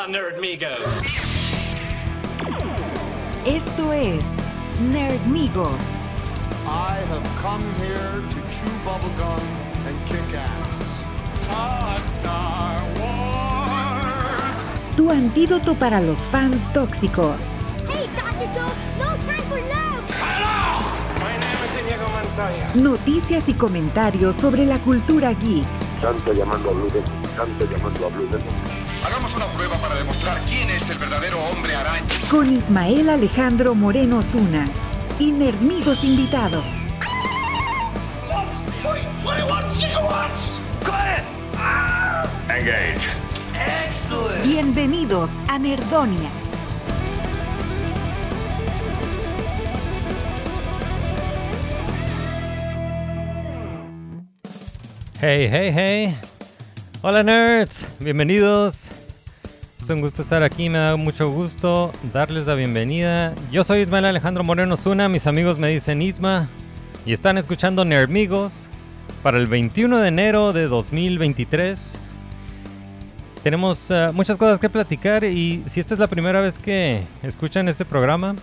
Hola, Nerdmigos. Esto es Nerdmigos. I have come here to chew bubblegum and kick ass. Star Wars. Tu antídoto para los fans tóxicos. Hey, Dr. Joe, no time for love. Hello. My name is Inigo Montoya. Noticias y comentarios sobre la cultura geek. Santo llamando a Blue Demon, Santo llamando a Blue Demon. Hagamos una prueba para demostrar quién es el verdadero hombre araña. Con Ismael Alejandro Moreno Osuna y Nerdmigos invitados. Engage. Excellent. Bienvenidos a Nerdonia. Hey, hey, hey. Hola nerds, bienvenidos. Es un gusto estar aquí, me da mucho gusto darles la bienvenida. Yo soy Ismael Alejandro Moreno Osuna, mis amigos me dicen Isma. Y están escuchando Nerdmigos para el 21 de enero de 2023. Tenemos muchas cosas que platicar y si esta es la primera vez que escuchan este programa,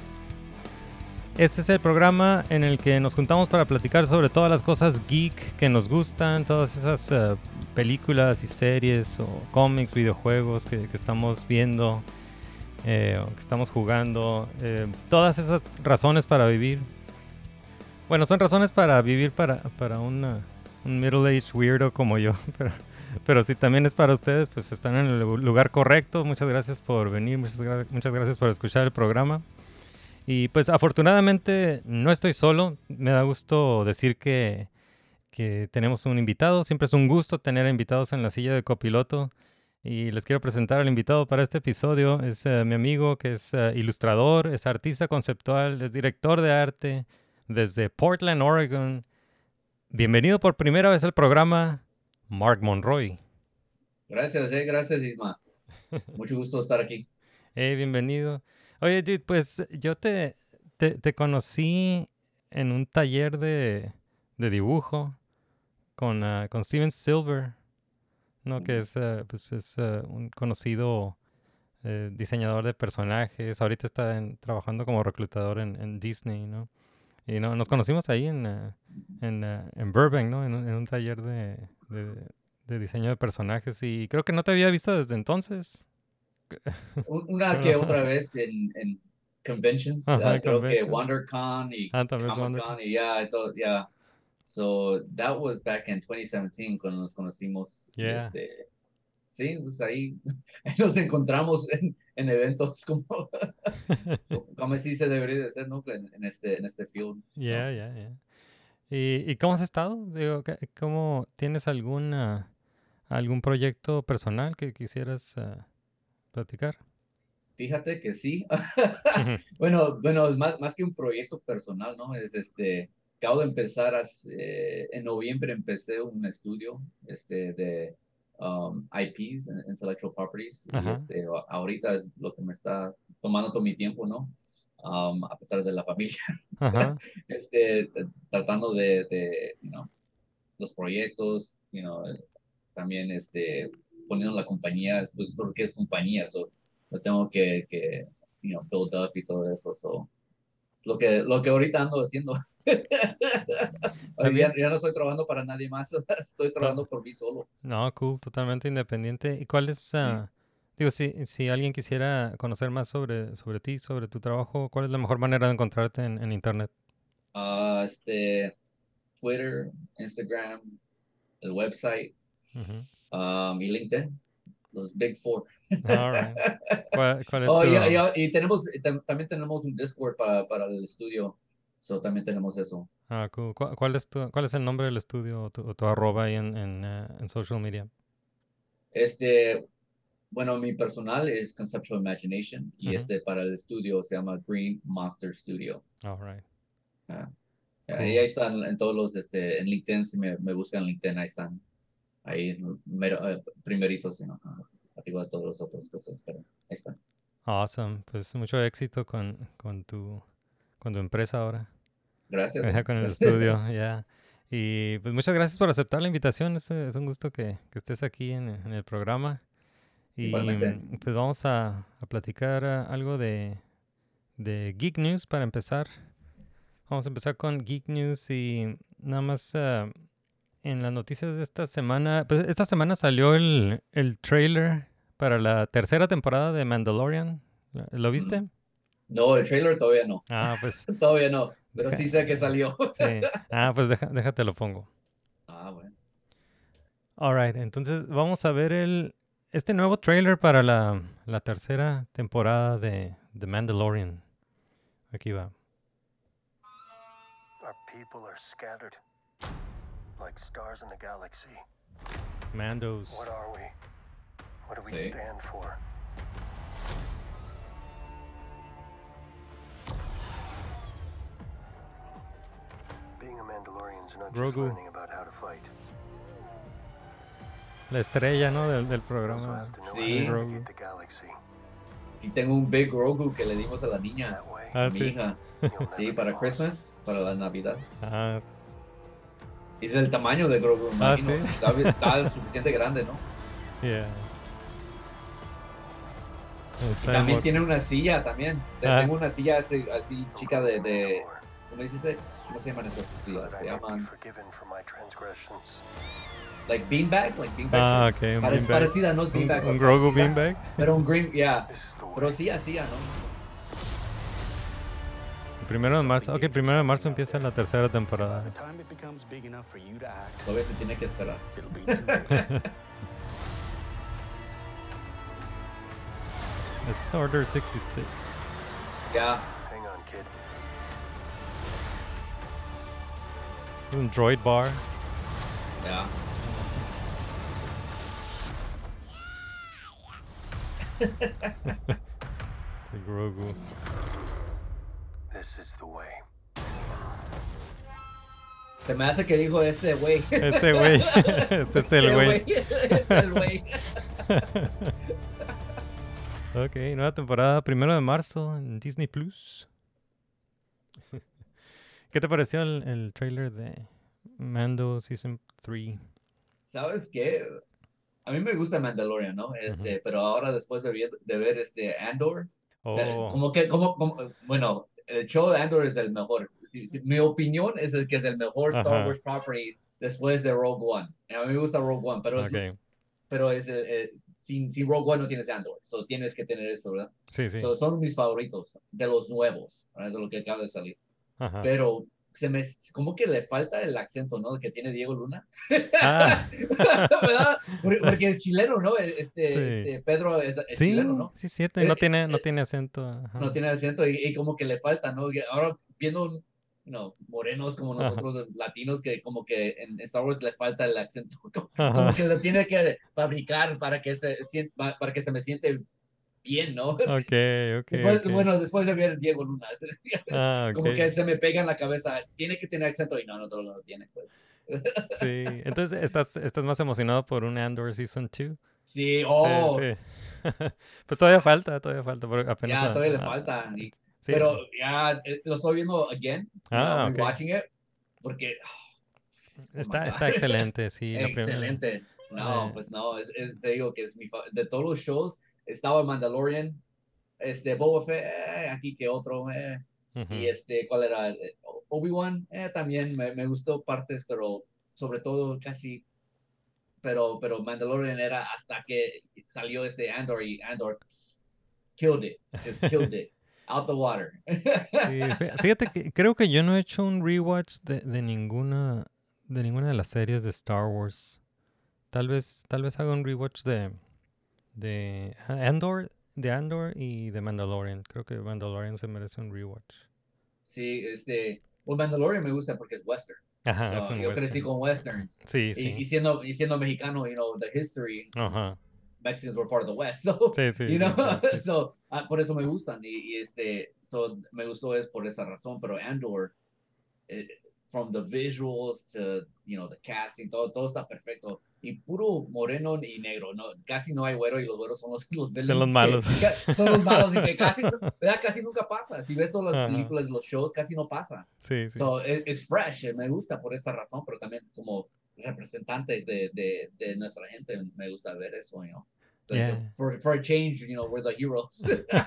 este es el programa en el que nos juntamos para platicar sobre todas las cosas geek que nos gustan, todas esas películas y series o cómics, videojuegos que estamos viendo, o que estamos jugando, todas esas razones para vivir. Bueno, son razones para vivir para un middle-aged weirdo como yo, pero si también es para ustedes, pues están en el lugar correcto. Muchas gracias por venir, muchas gracias por escuchar el programa. Y pues afortunadamente no estoy solo, me da gusto decir que tenemos un invitado, siempre es un gusto tener invitados en la silla de copiloto y les quiero presentar al invitado para este episodio, es mi amigo que es ilustrador, es artista conceptual, es director de arte desde Portland, Oregon. Bienvenido por primera vez al programa, Mark Monroy. Gracias Isma. Mucho gusto estar aquí. Bienvenido. Oye, dude, pues yo te conocí en un taller de dibujo con Steven Silver, ¿no? Que es, un conocido diseñador de personajes. Ahorita está trabajando como reclutador en Disney, ¿no? Y no, nos conocimos ahí en Burbank, ¿no? En un taller de diseño de personajes. Y creo que no te había visto desde entonces. Una que otra vez en conventions, Ajá, creo que convention. WonderCon y También Comic-Con y ya. So that was back in 2017 cuando nos conocimos. Yeah. Sí, pues ahí nos encontramos en eventos como así se debería de ser, ¿no? En este field. Yeah. ¿Y cómo has estado? Digo, ¿cómo tienes algún proyecto personal que quisieras platicar? Fíjate que sí. Bueno, es más que un proyecto personal, ¿no? Acabo de empezar en noviembre empecé un estudio de IPs, Intellectual Properties, Ajá. y ahorita es lo que me está tomando todo mi tiempo, ¿no? A pesar de la familia. Ajá. Tratando de los proyectos, también poniendo la compañía, pues, porque es compañía, lo tengo que build up y todo eso, es lo que ahorita ando haciendo. Ya no estoy trabajando para nadie más, estoy trabajando por mí solo. No, cool, totalmente independiente. ¿Y cuál es, digo, si alguien quisiera conocer más sobre ti, sobre tu trabajo, cuál es la mejor manera de encontrarte en internet? Twitter, Instagram, el website, y LinkedIn, los Big Four. All right. ¿Cuál es tu...? Y también tenemos un Discord para el estudio, también tenemos eso. Cool. ¿Cuál es el nombre del estudio o tu arroba ahí en social media? Bueno, mi personal es Conceptual Imagination y para el estudio se llama Green Monster Studio. All right. Cool. Y ahí están en todos los, en LinkedIn, si me buscan en LinkedIn, ahí están, ahí primeritos, arriba de todas las otras cosas, pero ahí están. Awesome, pues mucho éxito con tu empresa ahora. Gracias. Con el estudio, ya. Y pues muchas gracias por aceptar la invitación, es un gusto que estés aquí en el programa. Y Igualmente. pues vamos a platicar algo de Geek News para empezar. Vamos a empezar con Geek News y nada más en las noticias de esta semana. Pues esta semana salió el trailer para la tercera temporada de Mandalorian. ¿Lo viste? No, el trailer todavía no. Ah, pues Todavía no. Pero sí sé que salió. sí. Ah, pues déjate lo pongo. Ah, bueno. Alright, entonces vamos a ver este nuevo trailer para la tercera temporada de The Mandalorian. Aquí va. Our people are scattered like stars in the galaxy. Mandos. What are we? What do we Sí. stand for? Being a Mandalorian is not just Grogu. learning about how to fight. La estrella, ¿no? Del You also programa. have to know Sí. how to Grogu. navigate the galaxy. Y tengo un Big Grogu que le dimos a la niña, That way, Ah, a mi sí. hija. you'll Sí, never para get lost. Christmas, para la Navidad. Ah, Es del tamaño de Grogu, Ah, imagino. sí. Está suficiente grande, ¿no? yeah. También tiene una silla, también. Ah. Tengo una silla así chica de Mandalore, ¿cómo dice? ¿Cómo se llaman esas so sillas? that Se I might be llaman, forgiven for my transgressions. like beanbag, Ah, ok, un beanbag. Parecida, no es beanbag. Un Grogu parecida, beanbag. Pero un green, yeah. This is the way. Pero sí, así, ¿no? Primero de marzo. Ok, primero de marzo empieza la tercera temporada. By the time it becomes big enough for you to act, Todavía se tiene que esperar. it'll be too late. This is Order 66. Ya, Hang on, kid. Un droid bar. ya. El Grogu. This is the way. Se me hace que dijo ese güey. Ese güey. Este es el Ese güey. Es el güey. Ok, nueva temporada, primero de marzo en Disney Plus. ¿Qué te pareció el trailer de Mando Season 3? ¿Sabes qué? A mí me gusta Mandalorian, ¿no? Pero ahora después de ver Andor, o sea, es Oh, bueno, el show de Andor es el mejor. Mi opinión es el que es el mejor Star Ajá. Wars property después de Rogue One. A mí me gusta Rogue One, pero, ok. pero sin Rogue One no tienes Andor. So tienes que tener eso, ¿verdad? Sí, sí. So, son mis favoritos de los nuevos, ¿verdad? De lo que acaba de salir. Ajá. Pero como que le falta el acento, ¿no? Que tiene Diego Luna. Ah. ¿Verdad? Porque es chileno, ¿no? Sí. Pedro es Sí, chileno, ¿no? sí, cierto. Y no tiene acento. Ajá. No tiene acento y como que le falta, ¿no? Y ahora viendo, morenos como nosotros, latinos, que como que en Star Wars le falta el acento. Como Ajá. que lo tiene que fabricar para que se me siente bien, ¿no? Ok, ok. Después, ok. bueno, después de ver Diego Luna, Ah, como ok. que se me pega en la cabeza, tiene que tener acento y no lo tiene, pues. Sí. Entonces, ¿estás más emocionado por un Andor Season 2? Sí, Sí, sí. Pues todavía falta, porque apenas. ya todavía le falta. Sí. Pero ya lo estoy viendo again, Ah, ok. rewatching it, porque Está excelente, sí. la primera- excelente. No, Eh. pues no, te digo que es de todos los shows, estaba Mandalorian, Boba Fett, aquí que otro, Ujú. y ¿cuál era? Obi-Wan, también me gustó partes, pero sobre todo casi, pero Mandalorian era hasta que salió Andor y Andor killed it, just killed it, out the water. Sí, fíjate que creo que yo no he hecho un rewatch de ninguna de las series de Star Wars. Tal vez haga un rewatch de Andor y de Mandalorian. Creo que Mandalorian se merece un rewatch. Sí, well, Mandalorian me gusta porque es western. Ajá, So, es un yo crecí western. con westerns. Sí, Y sí. siendo mexicano, the history, Ajá. Mexicans were part of the West, so, Sí, sí, you know, sí, sí. so, por eso me gustan, so, me gustó es por esa razón, pero Andor, from the visuals to, the casting, todo está perfecto, y puro moreno y negro, no, casi no hay güero, y los güeros son los villains, Son los malos. son los malos, y que casi nunca pasa, si ves todas las Ajá. películas, los shows, casi no pasa. Sí, sí. So, es fresh, me gusta por esa razón, pero también como representante de nuestra gente, me gusta ver eso, For a change, we're the heroes.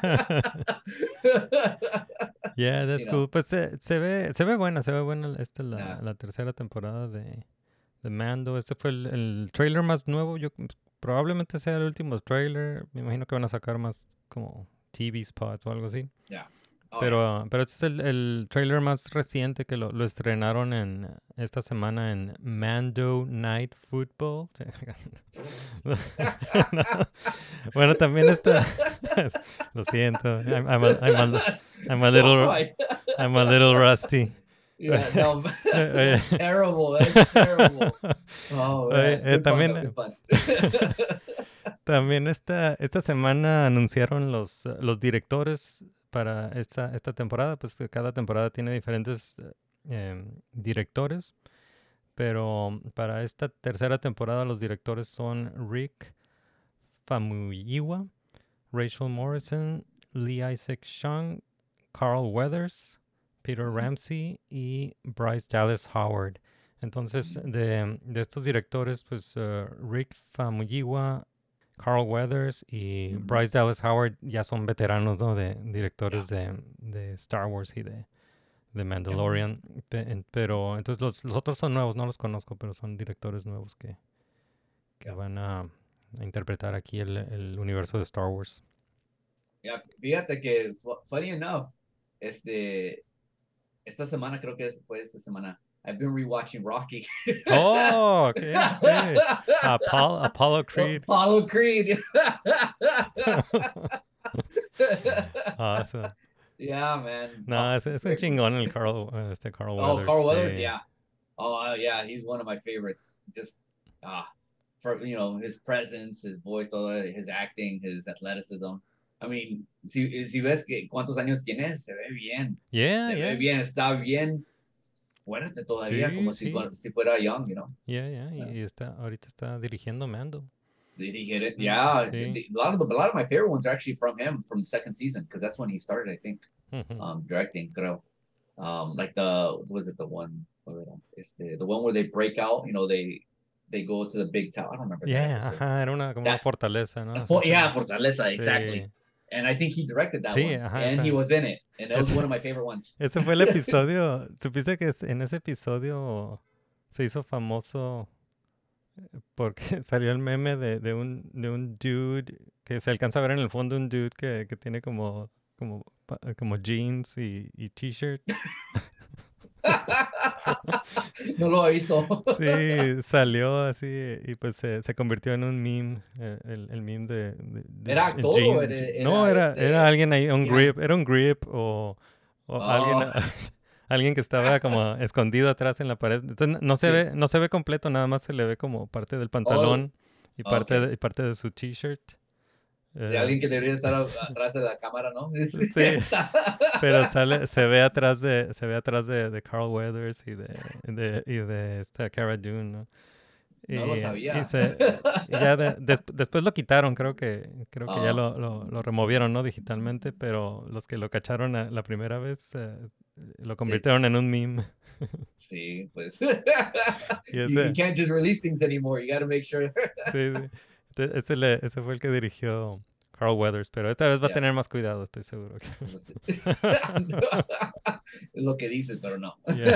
Yeah, that's You know. cool. Pues se ve buena la tercera temporada de Mando. Este fue el trailer más nuevo. Probablemente sea el último trailer. Me imagino que van a sacar más como TV spots o algo así. Yeah. Pero este es el trailer más reciente que lo estrenaron esta semana en Mando Night Football. Bueno, también está. Lo siento. I'm a little rusty. Yeah, no, Oye, terrible. That's terrible. Oh, Oye, man. Good también- fun. También esta semana anunciaron los directores para esta temporada. Pues que cada temporada tiene diferentes directores. Pero para esta tercera temporada los directores son Rick Famuyiwa, Rachel Morrison, Lee Isaac Chung, Carl Weathers, Peter Ramsey y Bryce Dallas Howard. Entonces, de estos directores, pues Rick Famuyiwa, Carl Weathers y Bryce Dallas Howard ya son veteranos, ¿no? De directores de Star Wars y de Mandalorian. Pero entonces los otros son nuevos, no los conozco, pero son directores nuevos que van a interpretar aquí el universo de Star Wars. Yeah, fíjate que, funny enough, esta semana, creo que fue esta semana, I've been rewatching Rocky. Oh, okay. Apollo Creed. Apollo Creed. Awesome. Yeah, man. No, es un chingón el Carl Weathers. Carl Weathers, sí. yeah. Oh, yeah, he's one of my favorites. Just, for, his presence, his voice, todo, his acting, his athleticism. I mean, si ves que cuántos años tiene, se ve bien. Yeah, Se ve bien, está bien fuerte todavía, Sí, como sí. si fuera young, Yeah. Y ahorita está dirigiendo Mando. Did he hit it? Yeah. Sí. A lot of my favorite ones are actually from him from the second season, because that's when he started, I think, directing, creo. Like the one where they break out, they go to the big tower. I don't remember. Yeah, that episode. ajá, era como una fortaleza, ¿no? Fortaleza, Sí. exactly. And I think he directed that Sí, one. ajá, And he esa- was in it. And that was esa- one of my favorite ones. Ese fue el episodio. ¿Supiste que en ese episodio se hizo famoso porque salió el meme de un dude que se alcanza a ver en el fondo, un dude que tiene como jeans y t-shirt? No lo he visto. Sí, salió así y pues se convirtió en un meme, el meme de ¿Era actor o era No, era alguien ahí, Yeah. era un grip o alguien, alguien que estaba como escondido atrás en la pared. Entonces no se ve completo, nada más se le ve como parte del pantalón y parte ok. y parte de su t-shirt. De alguien que debería estar atrás de la cámara, ¿no? Sí. Pero se ve atrás de Carl Weathers y de esta Cara Dune, ¿no? No lo sabía. Y ya después lo quitaron, creo que ya lo removieron, ¿no? Digitalmente, pero los que lo cacharon la primera vez lo convirtieron en un meme. Sí, pues. Y You can't just release things anymore. You got to make sure. Sí. Ese fue el que dirigió Carl Weathers, pero esta vez va a Yeah. tener más cuidado, estoy seguro. Es lo que dices, pero no. Yeah.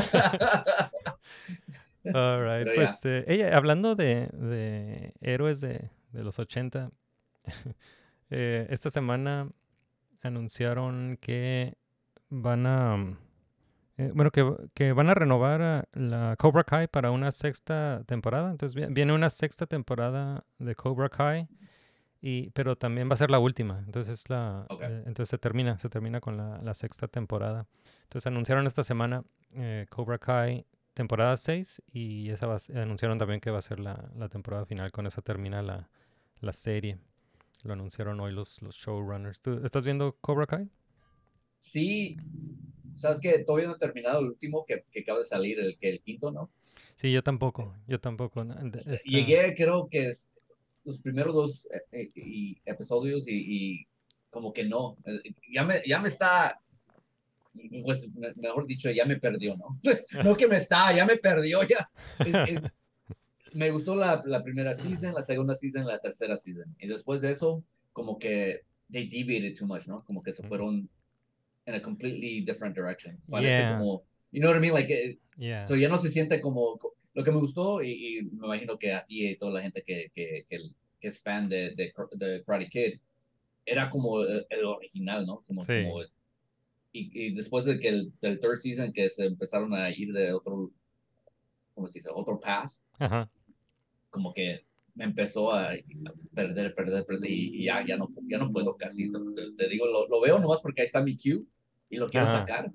All right. Pero Pues hablando de héroes de los 80, esta semana anunciaron que van a que van a renovar la Cobra Kai para una sexta temporada. Entonces viene una sexta temporada de Cobra Kai, pero también va a ser la última. Entonces entonces se termina con la sexta temporada. Entonces anunciaron esta semana Cobra Kai temporada 6 y anunciaron también que va a ser la temporada final. Con esa termina la serie. Lo anunciaron hoy los showrunners. ¿Tú estás viendo Cobra Kai? Sí, sabes que todavía no he terminado el último que acaba de salir, el quinto, ¿no? Sí, yo tampoco. Llegué, creo que es los primeros dos episodios y como que no, ya me está, pues mejor dicho, ya me perdió, ¿no? No que ya me perdió, ya. me gustó la primera season, la segunda season, la tercera season. Y después de eso, como que they deviated too much, ¿no? Como que se fueron in a completely different direction. Parece Yeah. como, you know what I mean? Like, Yeah. so ya no se siente como, lo que me gustó, y me imagino que a ti y toda la gente que es fan de Karate Kid, era como el original, ¿no? Como, Sí. como y después de que del third season que se empezaron a ir de otro, ¿cómo se dice? Otro path, Ajá. como que me empezó a perder y ya no puedo casi. Te digo, lo veo nomás porque ahí está mi cue y lo quiero Ajá. sacar,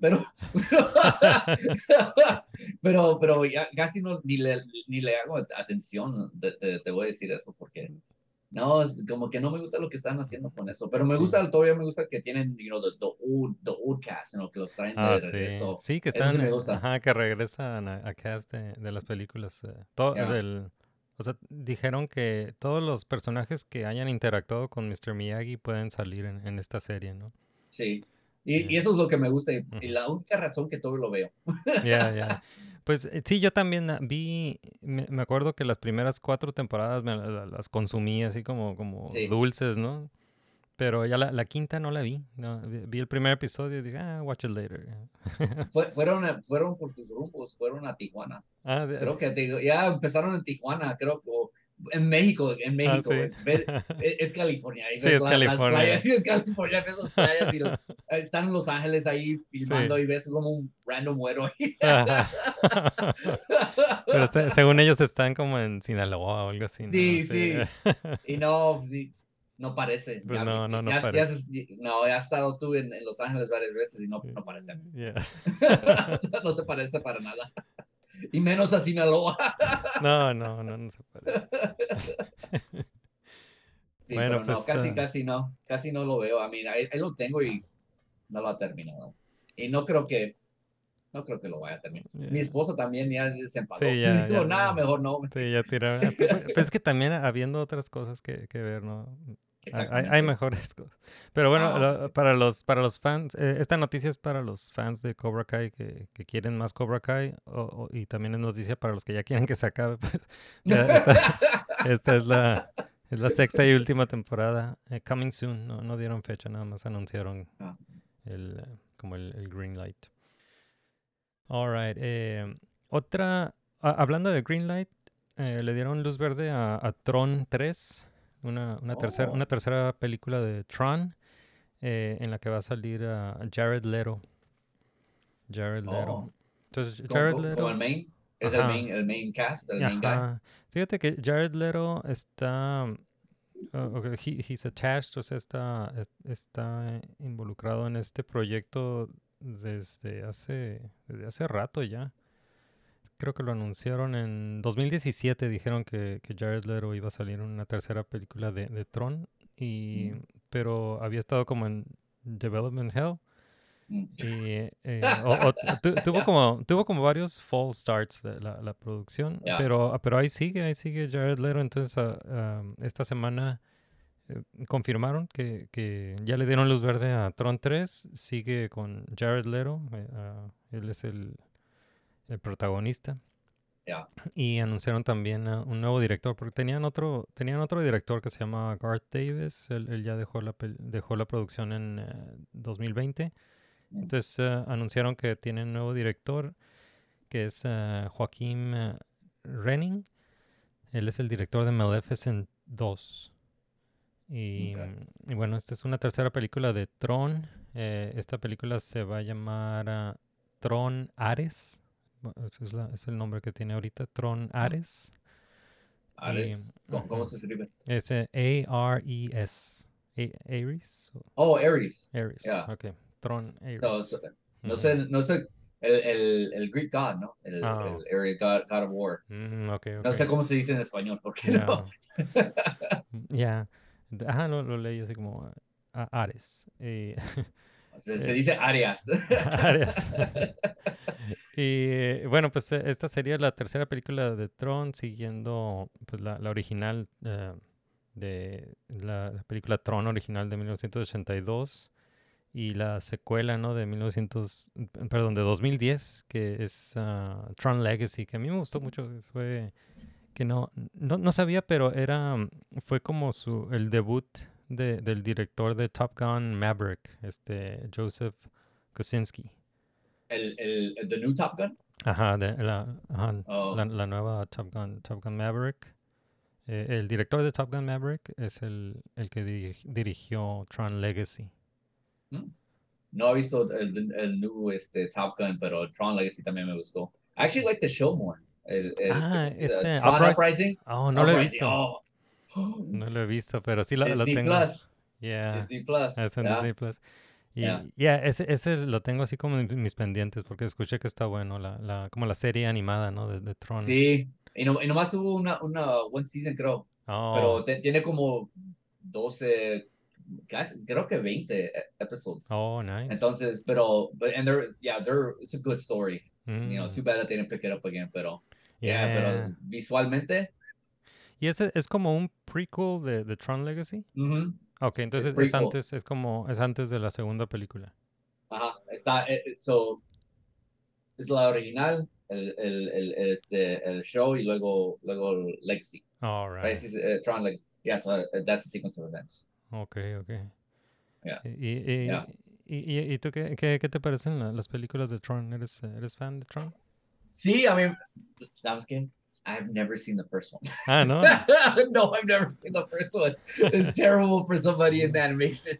pero ya casi no, ni le hago atención, te voy a decir eso porque no, es como que no me gusta lo que están haciendo con eso, pero me Sí. gusta, todavía me gusta que tienen, you know, the old cast, que los traen de Sí. regreso. Sí, que Eso están, sí me gusta. ajá, que regresan a cast de las películas. Yeah. O sea, dijeron que todos los personajes que hayan interactuado con Mr. Miyagi pueden salir en esta serie, ¿no? Sí. Yeah. Y eso es lo que me gusta y Ujú. la única razón que todavía lo veo. Ya. Pues sí, yo también me acuerdo que las primeras 4 temporadas las consumí así como Sí. dulces, ¿no? Pero ya la quinta no la vi. No, vi el primer episodio y dije, watch it later. Fueron por tus rumbos, fueron a Tijuana. Ah, Creo que ya empezaron en Tijuana, creo, o en México, sí. es California, ahí Sí, ves es las California. playas, es California, ves las playas y están en Los Ángeles ahí filmando Sí. y ves como un random güero ahí. Ajá. Pero según ellos están como en Sinaloa o algo así, ¿no? Sí. Y no, sí, no parece. Pues no Ya parece. has estado tú en Los Ángeles varias veces y no parece. Yeah. No se parece para nada. Y menos a Sinaloa. No se parece. Sí, Bueno, pero no, pues casi no lo veo. A mí, ahí lo tengo y no lo ha terminado. Y no creo que lo vaya a terminar. yeah. Mi esposa también ya se enfadó. Sí, ya, Digo, nada, mejor no. Sí, ya tiraron. Pues es que también habiendo otras cosas que ver, ¿no? Hay Exactamente. mejores cosas. Pero bueno, Pues sí. para los fans, esta noticia es para los fans de Cobra Kai que quieren más Cobra Kai y también es noticia para los que ya quieren que se acabe. Pues, esta es la 6ª y última temporada. Coming soon. No dieron fecha, nada más anunciaron como el green light. Alright. Hablando de Greenlight, le dieron luz verde a Tron 3, una tercera película de Tron, en la que va a salir a Jared Leto. Entonces, Jared Leto. Como el main. Es Ajá. el main cast, el main guy. Ajá. Fíjate que Jared Leto está. He's attached, o sea, está involucrado en este proyecto desde hace rato ya. Creo que lo anunciaron en 2017, dijeron que Jared Leto iba a salir en una tercera película de Tron, pero había estado como en Development Hell. Y tuvo como varios false starts la producción, Yeah. pero ahí sigue Jared Leto. Entonces esta semana confirmaron que ya le dieron luz verde a Tron 3, sigue con Jared Leto, él es el protagonista. Yeah. Y anunciaron también un nuevo director, porque tenían otro director que se llama Garth Davis. Él ya dejó la producción en 2020. Entonces anunciaron que tienen un nuevo director, que es Joaquín Renning. Él es el director de Maleficent 2. Y bueno, esta es una tercera película de Tron. Esta película se va a llamar Tron Ares. Ese es el nombre que tiene ahorita, Tron Ares. Ares, ¿cómo se escribe? Es A-R-E-S. Ares. Ares. Ares, Yeah. ok. Tron Ares. No sé, el Greek God, ¿no? El Ares God of War. Okay. No sé cómo se dice en español, porque no. Ya. Ajá, lo leí así como Ares. Se dice Arias. Arias. Y bueno, pues esta sería la tercera película de Tron, siguiendo pues la original de la película Tron original de 1982 y la secuela, ¿no? De 2010, que es Tron Legacy, que a mí me gustó mucho. que no sabía, pero fue como el debut del director de Top Gun Maverick, Joseph Kosinski. The new Top Gun? Ajá, Oh. la nueva Top Gun Maverick. El director de Top Gun Maverick es el que dirigió Tron Legacy. No he visto el new Top Gun, pero Tron Legacy también me gustó. I actually like the show more. Ese Tron Uprising. Oh, no lo he visto. Oh. No lo he visto, pero sí lo Disney tengo. Plus. Yeah. Disney Plus. Es en yeah. Disney Plus. Y Yeah. ese lo tengo así como en mis pendientes porque escuché que está bueno, como la serie animada, ¿no? De Tron. Sí, y nomás tuvo una one season, creo. Oh. Pero tiene como 12, creo que 20 episodes. Oh, nice. Entonces, it's a good story. Too bad that they didn't pick it up again, pero pero visualmente. ¿Y ese es como un prequel de Tron Legacy? Ok, entonces es antes de la segunda película. Ajá, es la original, el show y luego Legacy. All right. Right? Tron Legacy. Yeah, so that's the sequence of events. Okay. Yeah. ¿Y tú qué te parecen las películas de Tron? ¿Eres fan de Tron? Sí, I mean, ¿sabes qué? I've never seen the first one. Ah, ¿no? No, I've never seen the first one. It's terrible for somebody in animation.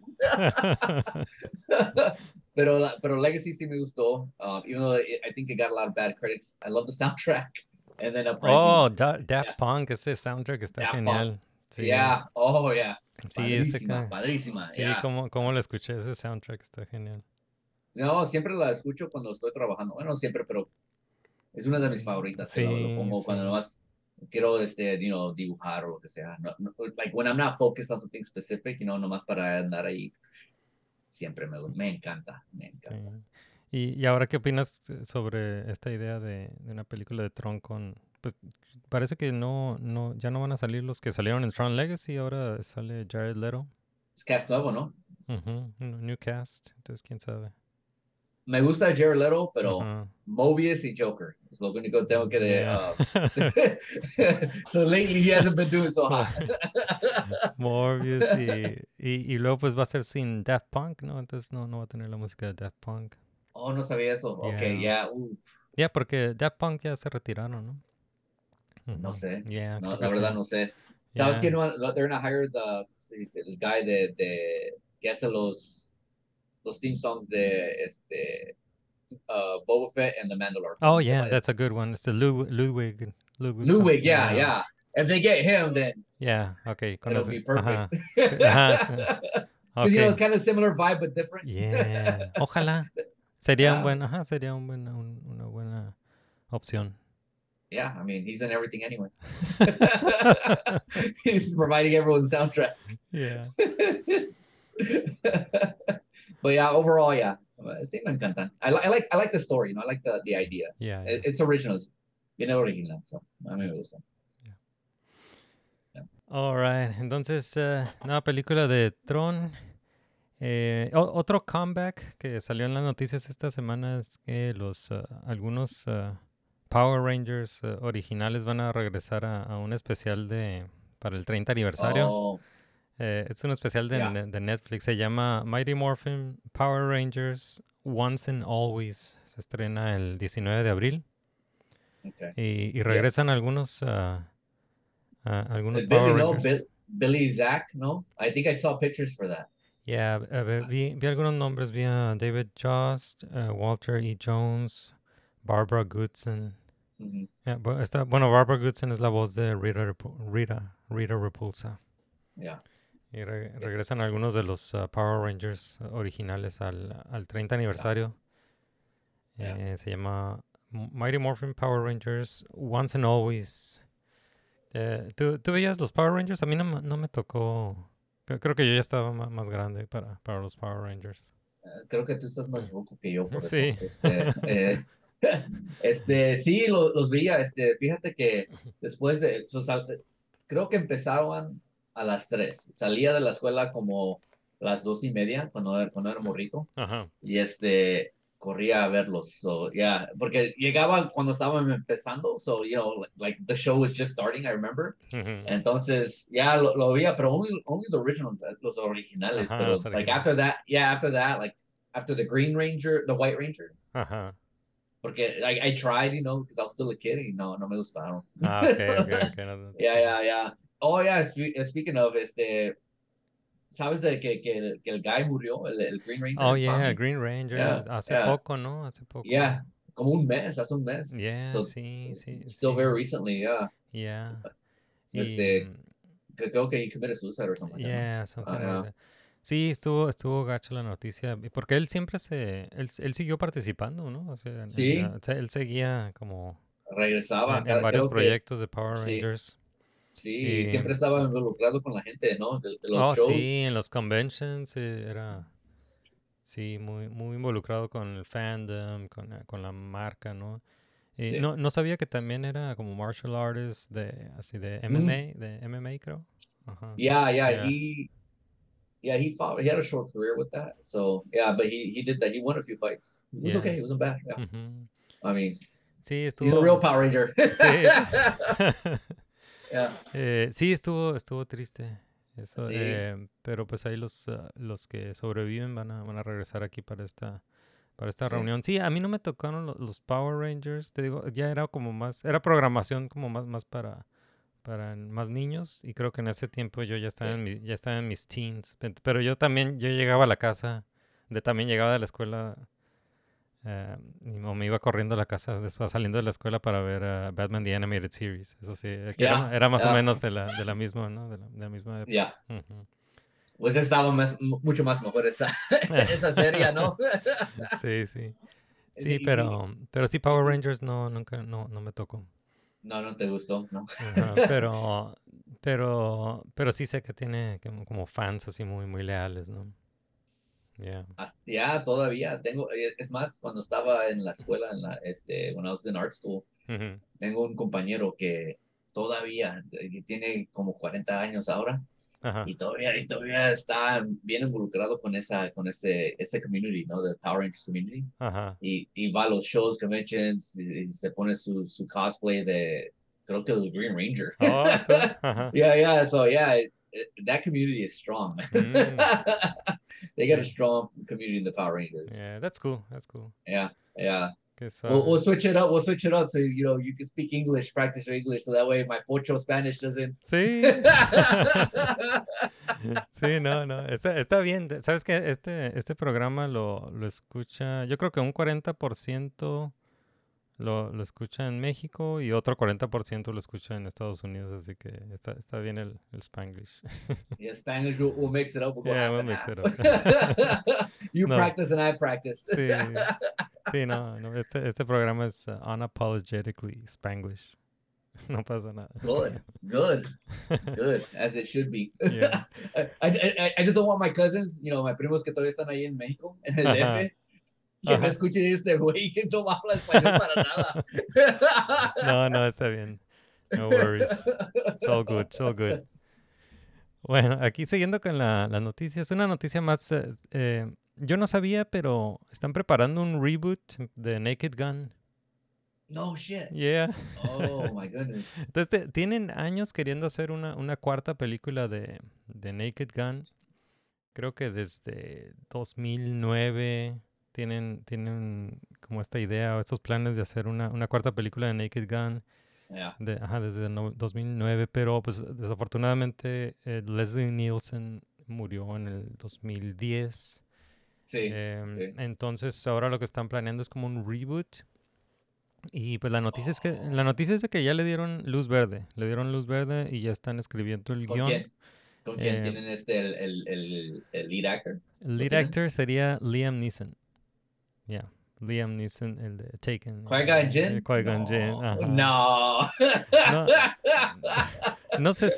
Pero Legacy sí me gustó. Even though I think it got a lot of bad critics. I love the soundtrack. And then Daft Punk, ese soundtrack está Daft genial. Punk. Sí. Yeah. Oh, yeah. Sí, Padrísima. Sí, yeah. ¿cómo lo escuché? Ese soundtrack está genial. No, siempre la escucho cuando estoy trabajando. Bueno, siempre, pero es una de mis favoritas. Sí, lo pongo cuando nomás quiero dibujar o lo que sea. No, like when I'm not focused on something specific, nomás para andar ahí. Siempre me encanta. Sí. ¿Y ahora qué opinas sobre esta idea de una película de Tron pues parece que ya no van a salir los que salieron en Tron Legacy, ahora sale Jared Leto. Es cast nuevo, ¿no? New cast, entonces quién sabe. Me gusta Jared Leto, pero Mobius y Joker es lo único que tengo que so lately he hasn't been doing so hot. Mobius y luego pues va a ser sin Daft Punk, ¿no? Entonces no va a tener la música de Daft Punk. Oh, no sabía eso. Okay, yeah. Ya, porque Daft Punk ya se retiraron, ¿no? No sé. Yeah, no, la verdad no sé. ¿Sabes quién? They're gonna hire el guy que hace los theme songs de Boba Fett and The Mandalorian. Oh, yeah, that's a good one. It's the Ludwig. Ludwig, yeah. If they get him, then yeah, okay. It'll be perfect. Okay. It's kind of similar vibe, but different. Yeah. Ojalá. Sería una buena opción. Yeah, I mean, he's in everything anyways. He's providing everyone's soundtrack. Yeah. But yeah, overall, yeah. Sí, me encantan. I like the story, I like the idea. Yeah. It's original. Viene original, so a mí me gusta. Yeah. All right. Entonces, nueva película de Tron. Otro comeback que salió en las noticias esta semana es que algunos Power Rangers originales van a regresar a un especial para el 30 aniversario. Oh. Es un especial de Netflix. Se llama Mighty Morphin Power Rangers Once and Always. Se estrena el 19 de abril. Okay. Y regresan algunos Power Rangers. Billy Zach, no? I think I saw pictures for that. Yeah, vi algunos nombres. Vi a David Jost, Walter E. Jones, Barbara Goodson. Mm-hmm. Yeah, Barbara Goodson es la voz de Rita Repulsa. Yeah. Y regresan algunos de los Power Rangers originales al 30 aniversario. Yeah. Se llama Mighty Morphin Power Rangers Once and Always. ¿Tú veías los Power Rangers? A mí no me tocó. Creo que yo ya estaba más grande para los Power Rangers. Creo que tú estás más ruco que yo, por sí. Eso. Sí, los veía. Fíjate que después creo que empezaban a las 3. Salía de la escuela como las 2:30 cuando era morrito. Ajá. Y corría a verlos. So, yeah, porque llegaba cuando estaban empezando. So, you know, like the show was just starting, I remember. Ujú. Entonces, ya lo veía, pero only the original, los originales. Ajá, Pero, los like, originales. after that, like, after the Green Ranger, the White Ranger, Ajá. porque I tried, you know, because I was still a kid, y no me gustaron. Ah, ok, no. Yeah. Oh, yeah, speaking of, ¿sabes de que el guy murió, el Green Ranger, Oh, el yeah, Tommy? Green Ranger. Yeah, Hace yeah, poco, ¿no? Hace poco. yeah. Como hace un mes. Yeah, So, sí. still very recently, yeah. Yeah. Y, Creo que he committed suicide or something like that, yeah, ¿no? something Yeah. like that. Sí, estuvo gacho la noticia. Porque él siempre él siguió participando, ¿no? O sea, Sí, él seguía como regresaba, en varios creo que proyectos de Power sí, Rangers. sí, Y, siempre estaba involucrado con la gente, ¿no? De los oh, shows. sí, en los conventions era, sí, muy involucrado con el fandom, con la marca, ¿no? Y Sí. no sabía que también era como martial artist así de MMA creo. Ajá. Yeah, he fought. He had a short career with that. So yeah, but he did that. He won a few fights. He was okay. He wasn't bad. Yeah. Ujú. I mean, Sí, he's a real Power Ranger. Sí. Yeah. Sí, estuvo triste eso. Sí. Pero pues ahí los que sobreviven van a regresar aquí para esta Sí. reunión. Sí, a mí no me tocaron los Power Rangers, te digo, ya era como era programación como más para más niños, y creo que en ese tiempo yo ya estaba ya estaba en mis teens, pero yo llegaba a la casa, también llegaba de la escuela, o me iba corriendo a la casa después saliendo de la escuela para ver Batman The Animated Series. Eso sí, que era más o menos de la misma, ¿no? De la misma época. Yeah. Ujú. Pues estaba mucho más mejor esa serie, ¿no? Sí. Sí, Sí, pero sí, Power Rangers nunca me tocó. No te gustó, ¿no? Ajá, pero sí sé que tiene como fans así muy leales, ¿no? Yeah. Ya, todavía tengo, es más, cuando estaba en la escuela, when I was in art school, Ujú. tengo un compañero que todavía que tiene como 40 años ahora, Ajá. y todavía está bien involucrado con ese community, ¿no? The Power Rangers community. Ajá. Y va a los shows, conventions, y se pone su cosplay creo que el Green Ranger. Oh, cool. Ajá. Yeah, so yeah, that community is strong. They got a strong community in the Power Rangers. Yeah, that's cool. Yeah. Que We'll switch it up. So you can speak English, practice your English, so that way my pocho Spanish doesn't. Sí. Sí, no. Está bien. ¿Sabes qué? Este programa lo escucha, yo creo que un 40% lo escucha en México y otro 40% lo escucha en Estados Unidos, así que está bien el Spanglish. Yeah, Spanish we'll mix it up. We'll go half We'll and mix half. it up. You No. practice and I practice. Sí, no. Este programa es unapologetically Spanglish. No pasa nada. Good, as it should be. Yeah. I just don't want my cousins, my primos que todavía están ahí en México, en el DF, que me escuchen este güey que no habla español para nada. No, está bien. No worries. It's all good. Bueno, aquí siguiendo con la noticia, es una noticia más, yo no sabía, pero están preparando un reboot de Naked Gun. No shit. Yeah. Oh my goodness. Entonces tienen años queriendo hacer una cuarta película de Naked Gun. Creo que desde 2009 tienen como esta idea o estos planes de hacer una cuarta película de Naked Gun. Yeah. Desde 2009, pero pues desafortunadamente Leslie Nielsen murió en el 2010. Sí. Entonces ahora lo que están planeando es como un reboot. Y pues la noticia es de que ya le dieron luz verde. Le dieron luz verde y ya están escribiendo el guión. ¿Con quién tienen el lead actor? El lead actor sería Liam Neeson. Yeah. Liam Neeson, el de Taken. Qui-Gon Jinn. Qui-Gon Jinn. Ajá. No. No sé.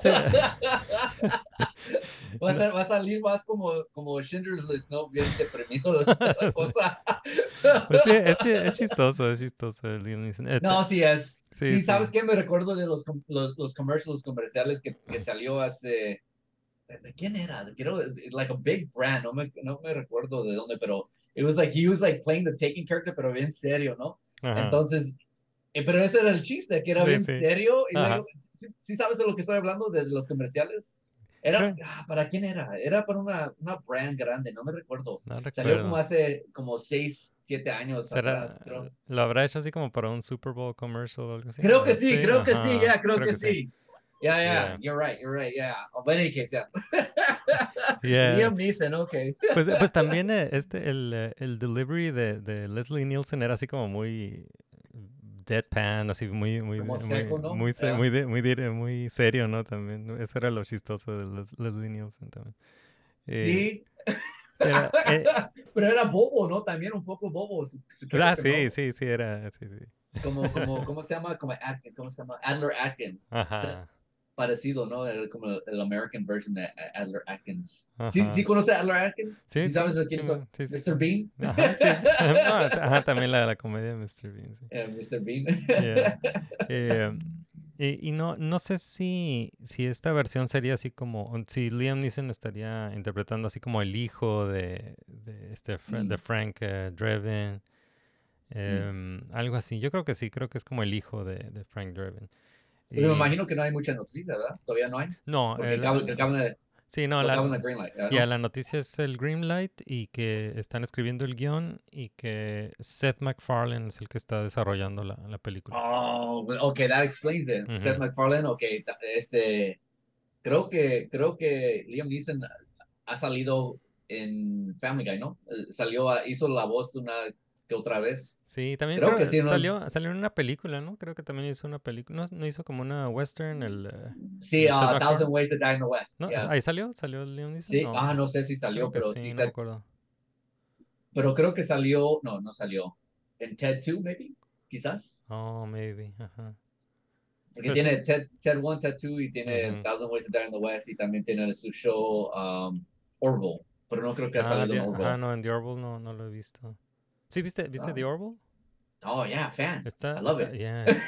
Va a salir más como Schindler's List, ¿no? Bien deprimido la cosa. Pues sí, es chistoso el Liam Neeson. No, sí es. Sí, ¿sabes sí. qué? Me recuerdo de los comerciales que salió hace... ¿De quién era? Quiero, like a big brand, no me recuerdo de dónde, pero It was like he was like playing the Taken character, pero bien serio, ¿no? Ajá. Entonces, pero ese era el chiste, que era Sí, bien sí. serio. Y Ajá. luego, ¿sí sabes de lo que estoy hablando? De los comerciales. Era, Sí. ¿para quién era? Era para una brand grande, no me recuerdo. No Salió recuerdo. como hace como 6, 7 años ¿Será, atrás, creo. lo habrá hecho así como para un Super Bowl commercial o algo así? Creo que sí, creo que ajá, sí, creo que sí. Yeah, Yeah. you're right, yeah. Oh, but in any case, yeah. Yeah. Liam Neeson, okay. Pues también el delivery de Leslie Nielsen era así como muy deadpan, así muy Como seco, ¿no? Yeah. muy serio, ¿no? También eso era lo chistoso de Leslie Nielsen también. Sí. Era, Pero era bobo, ¿no? También un poco bobo. Su sí, ¿no? sí, era, sí. ¿Cómo se llama? ¿Cómo se llama? Adler Atkins. Ajá. O sea, parecido, ¿no? Era como el American version de Adler Atkins. Ajá. ¿Sí conoces a Adler Atkins? Sí, sabes sí, de quién sí, son? sí, sí. Mr. Bean. Ajá, sí. Ajá, también la comedia de Mr. Bean, sí. Mr. Bean. Yeah. Y no sé si esta versión sería así como, si Liam Neeson estaría interpretando así como el hijo de Frank Drebin, algo así. Yo creo que sí, creo que es como el hijo de Frank Drebin. Pues me imagino que no hay mucha noticia, ¿verdad? ¿Todavía no hay? No, Porque acaban de... sí, no, acaban de Greenlight. ya la noticia es el Greenlight y que están escribiendo el guión y que Seth MacFarlane es el que está desarrollando la película. Oh, okay, that explains it. Ujú. Seth MacFarlane, okay, creo que Liam Neeson ha salido en Family Guy, ¿no? Hizo la voz de una que otra vez. Sí, también Creo que sí, ¿no? salió en una película, ¿no? Creo que también hizo una película. ¿No hizo como una western? Sí, Seth MacFarlane. Thousand Ways to Die in the West. ¿No? Yeah. ¿Ahí salió Liam Neeson? Sí, No. no sé si salió, Creo que pero sí, sí. no me acuerdo. Pero creo que salió, no salió. En Ted 2, maybe, quizás. Oh, maybe, ajá. Porque Pues tiene Ted 1, Ted 2 y tiene Ujú. Thousand Ways to Die in the West y también tiene su show Orville. Pero no creo que ha salido en Orville. Ajá, no, en The Orville no lo he visto. ¿Sí viste The Orville? Oh, yeah, fan. I love it. Yeah, it's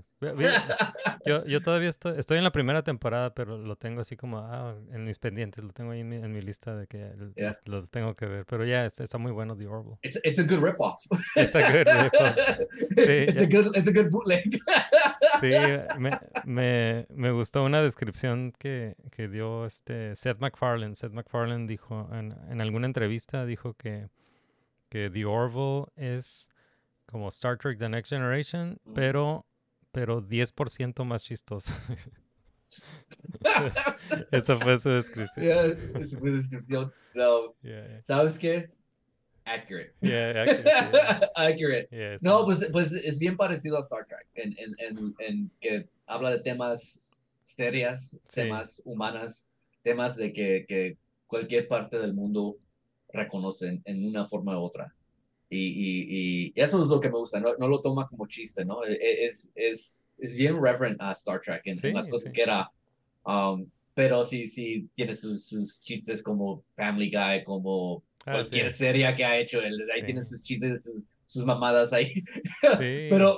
good. Yo todavía estoy en la primera temporada, pero lo tengo así como en mis pendientes, lo tengo ahí en mi lista de que los tengo que ver. Pero ya está muy bueno The Orville. It's a good ripoff. It's a good ripoff. Sí, it's a good bootleg. Sí, me gustó una descripción que dio Seth MacFarlane. Seth MacFarlane dijo en alguna entrevista dijo que The Orville es como Star Trek The Next Generation, pero 10% más chistoso. Esa fue su descripción. Yeah, esa fue su descripción. No, Yeah. ¿sabes qué? Accurate. Yeah, accurate. Accurate. Yeah, No, pues es bien parecido a Star Trek en que habla de temas serias, Sí. temas humanas, temas de que cualquier parte del mundo reconocen en una forma u otra. Y eso es lo que me gusta, no lo toma como chiste, ¿no? Es bien reverent a Star Trek en las cosas que era. Pero sí tiene sus chistes como Family Guy, como cualquier serie que ha hecho. Ahí tiene sus chistes, sus mamadas ahí. Sí. pero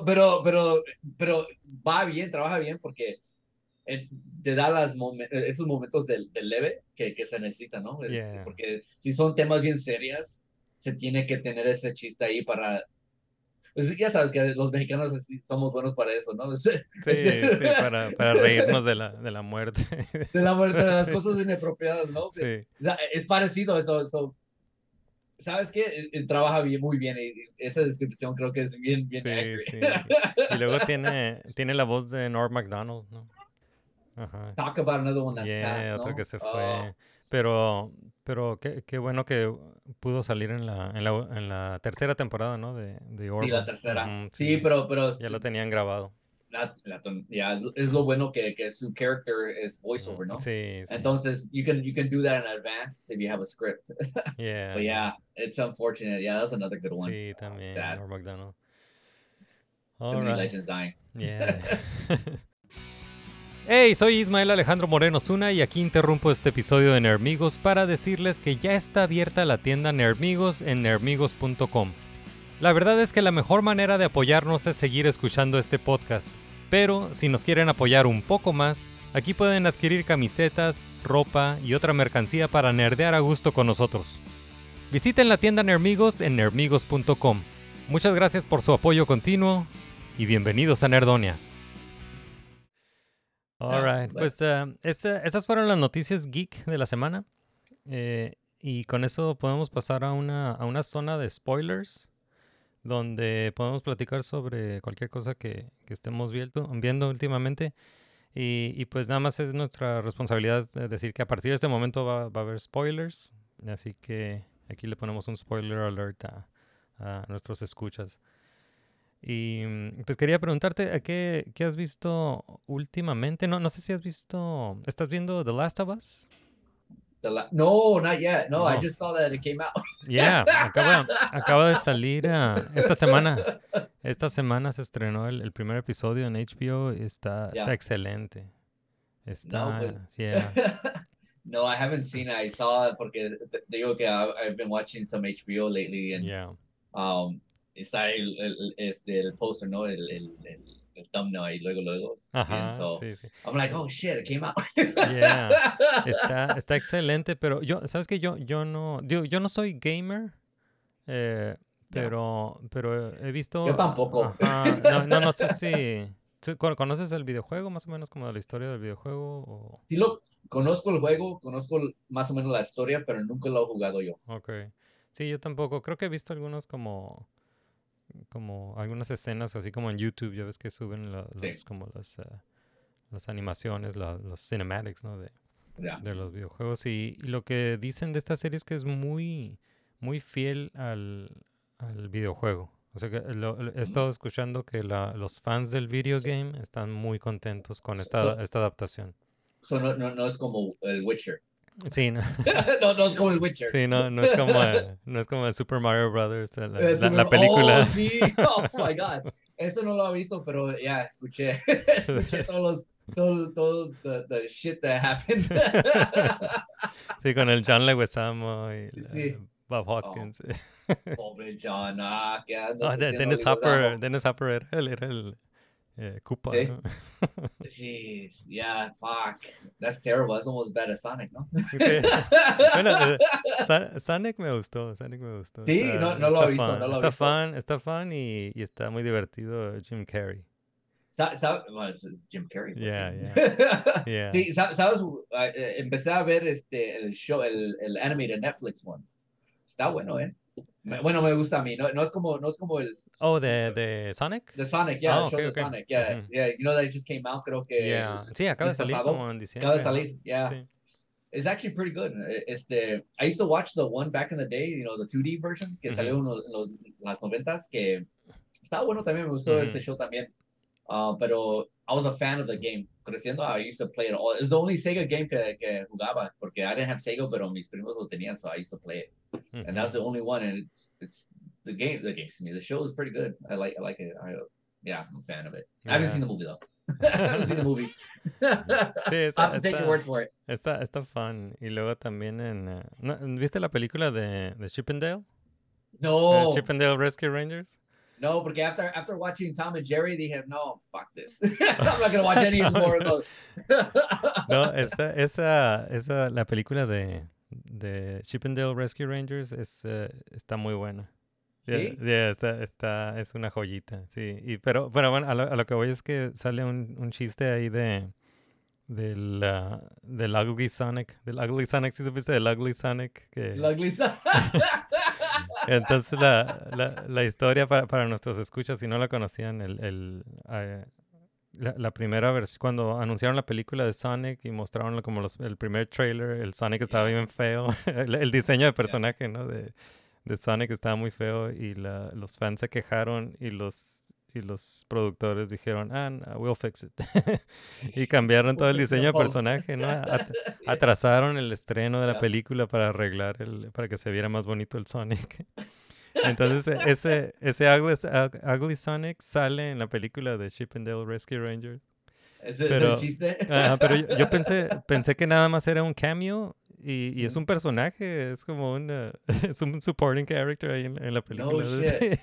va bien, trabaja bien porque te da esos momentos del leve que se necesitan, ¿no? Yeah. Porque si son temas bien serios, se tiene que tener ese chiste ahí para... Pues ya sabes que los mexicanos somos buenos para eso, ¿no? Sí, para reírnos de la muerte. De la muerte, de las Sí. cosas inapropiadas, ¿no? Sí. O sea, es parecido eso. ¿Sabes qué? Trabaja muy bien y esa descripción creo que es bien accurate. Sí. Y luego tiene la voz de Norm Macdonald, ¿no? Ajá. Talk about another one that's passed, ¿no? Otro que se fue. Pero qué bueno que pudo salir en la tercera temporada, ¿no? De Orville. Sí, la tercera. Ujú, sí, pero ya lo tenían grabado. Ya es lo bueno que su character es voiceover, ¿no? Sí. Entonces, you can do that in advance if you have a script. Yeah. But yeah, it's unfortunate. Yeah, that's another good one. Sí, también. Sad. Norm Macdonald. Too many legends dying. Yeah. Hey, soy Ismael Alejandro Moreno Zuna y aquí interrumpo este episodio de Nerdmigos para decirles que ya está abierta la tienda Nerdmigos en nerdmigos.com. La verdad es que la mejor manera de apoyarnos es seguir escuchando este podcast, pero si nos quieren apoyar un poco más, aquí pueden adquirir camisetas, ropa y otra mercancía para nerdear a gusto con nosotros. Visiten la tienda Nermigos en nermigos.com. Muchas gracias por su apoyo continuo y bienvenidos a Nerdonia. Alright, pues esas fueron las noticias geek de la semana. Y con eso podemos pasar a una zona de spoilers, donde podemos platicar sobre cualquier cosa que estemos viendo últimamente. Y pues nada más es nuestra responsabilidad decir que a partir de este momento va a haber spoilers. Así que aquí le ponemos un spoiler alert a nuestros escuchas. Y pues quería preguntarte, ¿qué has visto últimamente? No sé si has visto... ¿Estás viendo The Last of Us? No, not yet. No, I No. just saw that it came out. Yeah, acaba de salir esta semana. Esta semana se estrenó el primer episodio en HBO. Está excelente. No, but... yeah. No, I haven't seen it. I saw it porque te digo que I've been watching some HBO lately, and está el poster, ¿no? El thumbnail ahí luego. Ajá, so sí. I'm like, oh shit, it came out. Yeah, está excelente, pero ¿sabes qué? Yo no soy gamer, pero he visto... Yo tampoco. Ajá, no sé si... ¿Conoces el videojuego, más o menos como la historia del videojuego? O... Sí, conozco el juego, conozco más o menos la historia, pero nunca lo he jugado yo. Okay. Sí, yo tampoco. Creo que he visto algunos como algunas escenas, así como en YouTube, ya ves que suben como las animaciones, los cinematics, ¿no? De los videojuegos. Y lo que dicen de esta serie es que es muy, muy fiel al videojuego. O sea que he estado escuchando que los fans del video game están muy contentos con esta adaptación. No es como el Witcher. Sí, no. no es como el Witcher. Sí, no es como el Super Mario Brothers, la película. Oh, sí. Oh my God. Eso no lo he visto, pero ya escuché todo the shit that happened. Sí, con el John Leguizamo y Bob Hoskins. Pobre John. Dennis Hopper era el Koopa, ¿sí? ¿no? Jeez, yeah, fuck. That's terrible. That's almost bad as Sonic, ¿no? Okay. Bueno, Sonic me gustó. Sí, no lo he visto. Está fun y está muy divertido Jim Carrey. Well, it's Jim Carrey. Yeah. Sí, sabes, empecé a ver el show, el anime de Netflix one. Está bueno, Bueno, me gusta a mí. No es como el... Oh, de Sonic? The Sonic, yeah, el show de okay. Sonic, yeah. Mm-hmm. Yeah, you know that it just came out, creo que... Yeah. Sí, acaba de salir como en diciembre. Acaba de salir, yeah. Sí. It's actually pretty good. I used to watch the one back in the day, you know, the 2D version, que salió en las 90s, que estaba bueno también, me gustó ese show también. Pero I was a fan of the game. Creciendo, I used to play it all. It's the only Sega game que jugaba, porque I didn't have Sega, pero mis primos lo tenían, so I used to play it. And that's the only one, and it's the game. The show is pretty good. I like it. I'm a fan of it. I haven't seen the movie though. I haven't seen the movie. Sí, I have to take your word for it. Está fun. Y luego también ¿viste la película de Chip 'n Dale? No. Chip 'n Dale Rescue Rangers. No, porque after watching Tom and Jerry, they have fuck this. I'm not gonna watch any more of those. No, esa la película de Chip 'n Dale Rescue Rangers está muy buena. ¿Sí? Es una joyita, sí. Pero bueno, a lo que voy es que sale un chiste ahí del Ugly Sonic. Del Ugly Sonic, ¿sí supiste del Ugly Sonic? El Ugly Sonic. Entonces la historia para nuestros escuchas, si no la conocían, la primera vez cuando anunciaron la película de Sonic y mostraron como el primer trailer, el Sonic estaba bien feo. el diseño de personaje, ¿no? de Sonic estaba muy feo y los fans se quejaron y los productores dijeron, we'll fix it. Y cambiaron todo el diseño de personaje, ¿no? Atrasaron el estreno de la película para arreglar para que se viera más bonito el Sonic. Entonces ese ugly Sonic sale en la película de Chip 'n Dale Rescue Rangers. ¿Ese es el chiste? Pero yo pensé que nada más era un cameo. Y es un personaje, es como es un supporting character ahí en la película. No shit.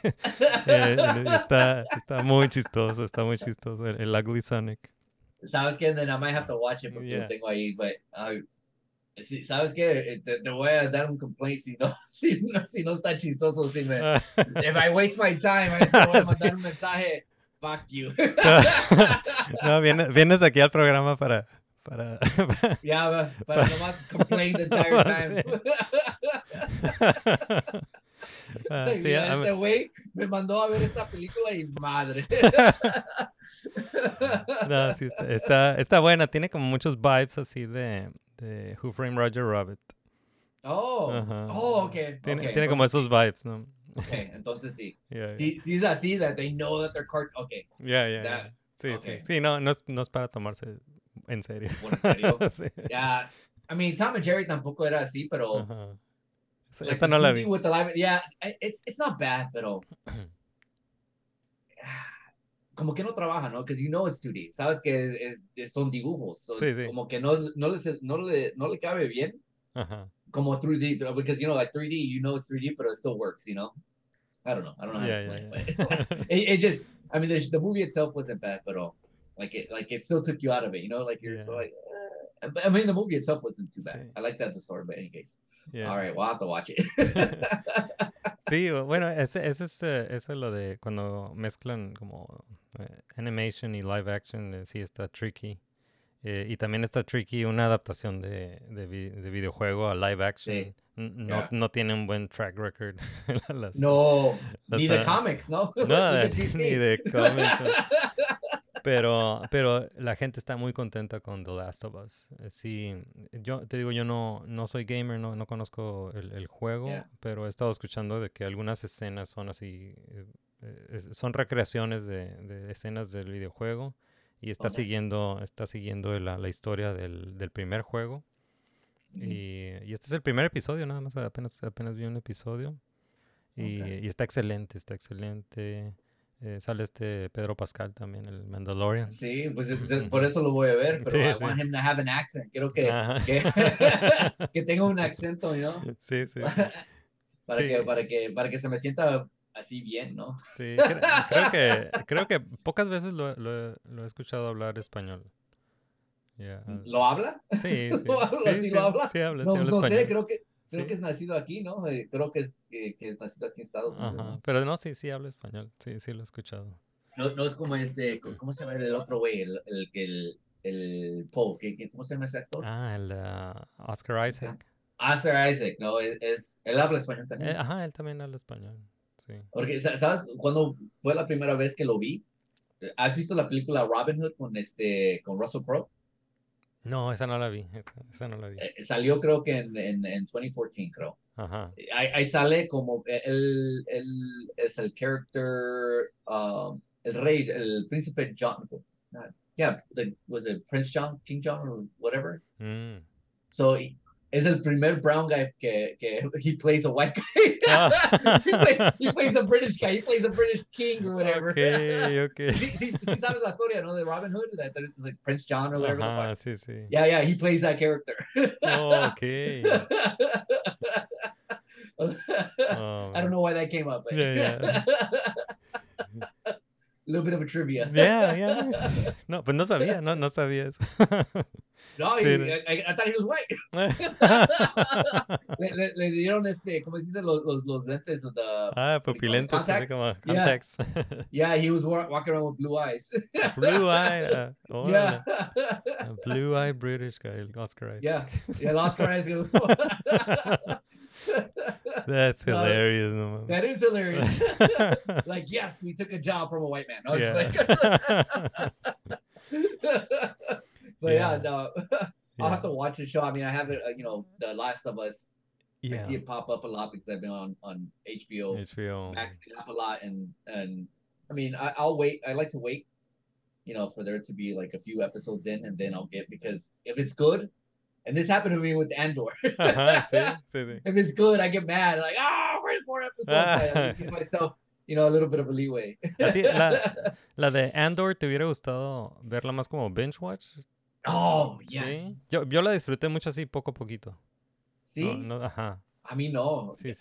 Está muy chistoso, el Ugly Sonic. ¿Sabes qué? Then I might have to watch it porque lo tengo ahí, but Sí, ¿sabes qué? Te voy a dar un complaint si no está chistoso. If I waste my time, te voy a mandar un mensaje. Fuck you. No, vienes aquí al programa para... Ya, para nomás complain the entire time. Sí, Mira, este güey me mandó a ver esta película y madre. no, sí, está buena. Tiene como muchos vibes así de Who Framed Roger Rabbit. Ajá. Okay. Tiene como esos vibes, ¿no? Okay, entonces sí. Yeah, Sí es así, that they know that they're okay. Yeah. Sí, okay. Sí, no es para tomarse en serio. ¿En serio? Sí. Yeah. I mean, Tom and Jerry tampoco era así, pero... Ajá. Like Esa no la 2D vi. with the live, yeah, it's not bad, pero... como que no trabaja, ¿no? Because you know it's 2D. Sabes que son dibujos. So Sí. como que no le cabe bien. Ajá. Como 3D, because, you know, like 3D, you know it's 3D, but it still works, you know? I don't know how to explain it. But it just, I mean, the movie itself wasn't bad, but it still took you out of it, you know? Like, you're so like, I mean, the movie itself wasn't too bad. Sí. I like that the story, but in any case. Yeah. All right, we'll have to watch it. Sí, bueno, ese es lo de cuando mezclan como animation y live action, sí está tricky. Y también está tricky una adaptación de videojuego a live action. Sí. No tiene un buen track record. Ni de comics, ¿no? No, ni de comics. No. Pero la gente está muy contenta con The Last of Us. Sí, yo te digo, yo no soy gamer, no conozco el juego, pero he estado escuchando de que algunas escenas son así, son recreaciones de escenas del videojuego y está siguiendo la historia del primer juego. Y este es el primer episodio, nada más, apenas vi un episodio. Y está excelente. Sale Pedro Pascal también, el Mandalorian. Sí, pues por eso lo voy a ver, pero I want him to have an accent. Quiero que tenga un acento, ¿no? Sí. Para que se me sienta así bien, ¿no? Sí, creo que pocas veces lo he escuchado hablar español. Yeah. ¿Lo habla? Sí. ¿Lo habla? Sí habla No español. sé, creo que es nacido aquí, ¿no? Creo que es nacido aquí en Estados Unidos. Ajá. ¿No? Pero no, sí habla español. Sí lo he escuchado. No es como ¿cómo se llama el otro güey? El Poe, ¿cómo se llama ese actor? El Oscar Isaac. Oscar Isaac, ¿no? Él habla español también. Él también habla español. Sí. Porque, ¿sabes? Cuando fue la primera vez que lo vi, ¿has visto la película Robin Hood con Russell Crowe? No, esa no la vi. Esa no la vi. Salió creo que en 2014, creo. Ajá. Ahí sale como él es el character, el rey, el príncipe John. Was it Prince John, King John, or whatever? So es el primer brown guy que he plays a white guy. he plays a British guy. He plays a British king or whatever. Okay. Sí, sabes la historia, ¿no? De Robin Hood, it's like Prince John or whatever. Ajá, sí. Yeah, he plays that character. Okay. I don't know why that came up. But Yeah. A little bit of a trivia. Yeah. No, pues no sabía eso. No, Sí. I thought he was white. le dieron ¿cómo se dice? Los lentes de pupilentes, así como contacts. Yeah, he was walking around with blue eyes. Blue eye. Yeah. Blue eye British guy, el Oscar Isaac. Yeah, el Oscar Isaac. That's hilarious. No, that is hilarious. Like, yes, we took a job from a white man. No, Yeah. But no, I'll have to watch the show. I mean, I have it, The Last of Us. I see it pop up a lot because I've been on HBO. Max it up a lot, and I mean, I'll wait. I like to wait, for there to be like a few episodes in, and then I'll because if it's good, and this happened to me with Andor. Sí. If it's good, I get mad. Like, where's more episodes? I give myself, a little bit of a leeway. La de Andor, ¿te hubiera gustado verla más como binge watch? Oh, yes. ¿Sí? Yo la disfruté mucho así, poco a poquito. ¿Sí? Ajá. A mí no. Sí.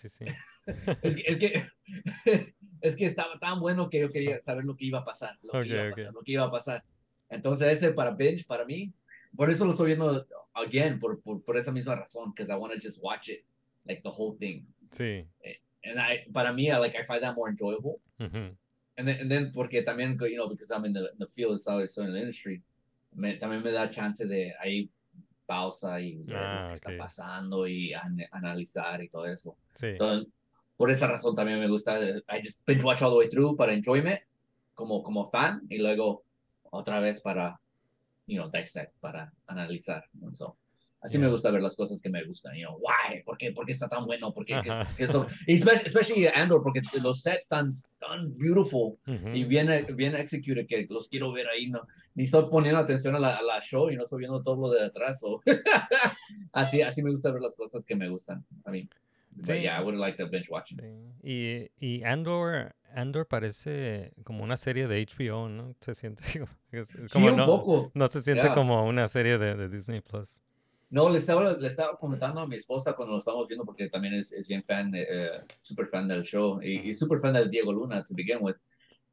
Es que estaba tan bueno que yo quería saber lo que iba a pasar. Lo que iba a pasar. Entonces ese para binge, para mí, por eso lo estoy viendo again, por esa misma razón, because I want to just watch it, like the whole thing. Sí. And para mí, I find that more enjoyable. Ujú. And then, porque también, you know, because I'm in the field, so in the industry, también me da chance de ahí pausa y ver lo que está pasando y analizar y todo eso. Sí. Entonces, por esa razón también me gusta, I just binge watch all the way through para enjoyment, como fan, y luego otra vez para, you know, dissect, para analizar. And so, así me gusta ver las cosas que me gustan, you know, why, ¿por qué está tan bueno? ¿Por qué? ¿Qué eso? Especially Andor, porque los sets tan beautiful y bien executed que los quiero ver ahí, no, ni estoy poniendo atención a la show y no estoy viendo todo lo de atrás. So. así me gusta ver las cosas que me gustan. I mean, but yeah, I would like to binge watching. Sí. Y Andor parece como una serie de HBO, ¿no? Se siente como un poco. No se siente como una serie de Disney Plus. No, le estaba comentando a mi esposa cuando lo estábamos viendo, porque también es bien fan, super fan del show y super fan de Diego Luna, to begin with.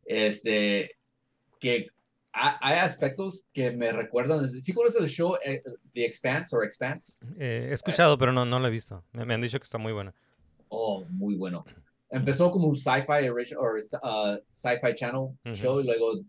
Que hay aspectos que me recuerdan. ¿Sí conoces el show The Expanse o Expanse? He escuchado, pero no lo he visto. Me han dicho que está muy bueno. Oh, muy bueno. Empezó como un sci-fi sci-fi channel show y luego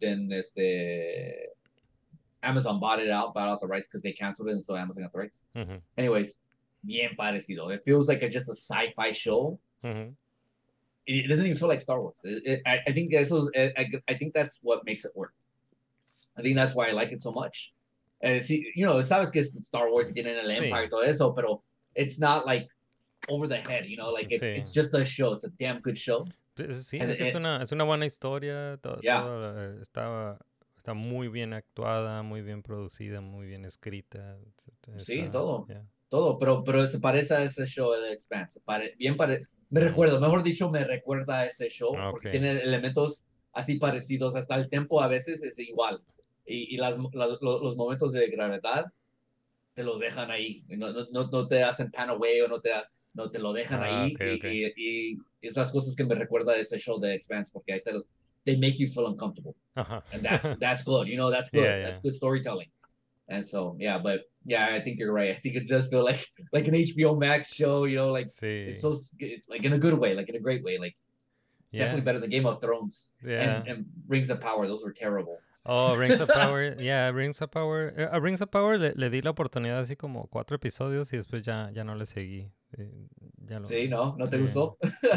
Amazon bought out the rights because they canceled it, and so Amazon got the rights. Anyways, bien parecido. It feels like just a sci-fi show. It doesn't even feel like Star Wars. I think I think that's what makes it work. I think that's why I like it so much. You know, sabes que es Star Wars y tienen el Empire y todo eso, pero it's not like over the head, you know, like it's just a show. It's a damn good show. Sí, es una buena historia. Todo está muy bien actuada, muy bien producida, muy bien escrita. Sí, todo. Pero se parece a ese show de Expanse. Me recuerda a ese show porque tiene elementos así parecidos. Hasta el tempo a veces es igual. Y los momentos de gravedad te los dejan ahí. No te hacen pan away o no te lo dejan ahí. Okay. Y esas cosas que me recuerda a ese show de Expanse, porque ahí they make you feel uncomfortable. And that's good. You know, that's good. That's good storytelling. And so, but I think you're right. I think it does feel like an HBO Max show, you know, like it's so like in a good way, like in a great way, like definitely better than Game of Thrones and Rings of Power. Those were terrible. Oh, Rings of Power, Rings of Power. A Rings of Power le di la oportunidad así como 4 episodios y después ya no le seguí. ¿No te gustó?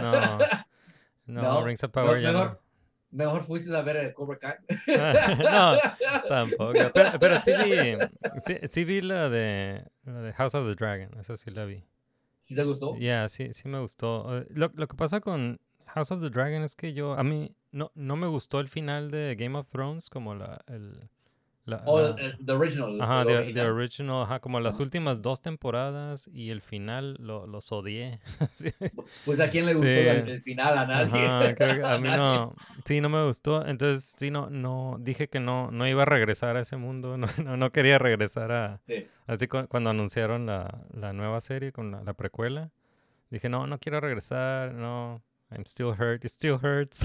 No, Rings of Power Mejor fuiste a ver el Cobra Kai. No, tampoco. Pero sí vi la de House of the Dragon. Esa sí la vi. ¿Sí te gustó? Sí me gustó. Lo que pasa con House of the Dragon es que a mí no me gustó el final de Game of Thrones, como the original. Ajá, the original, como las últimas 2 temporadas y el final los odié. Pues a quién le gustó el final, a nadie. Ajá, a mí no me gustó. Entonces sí, no dije que no iba a regresar a ese mundo, no quería regresar así cuando anunciaron la nueva serie con la precuela. Dije, no quiero regresar, no. I'm still hurt. It still hurts.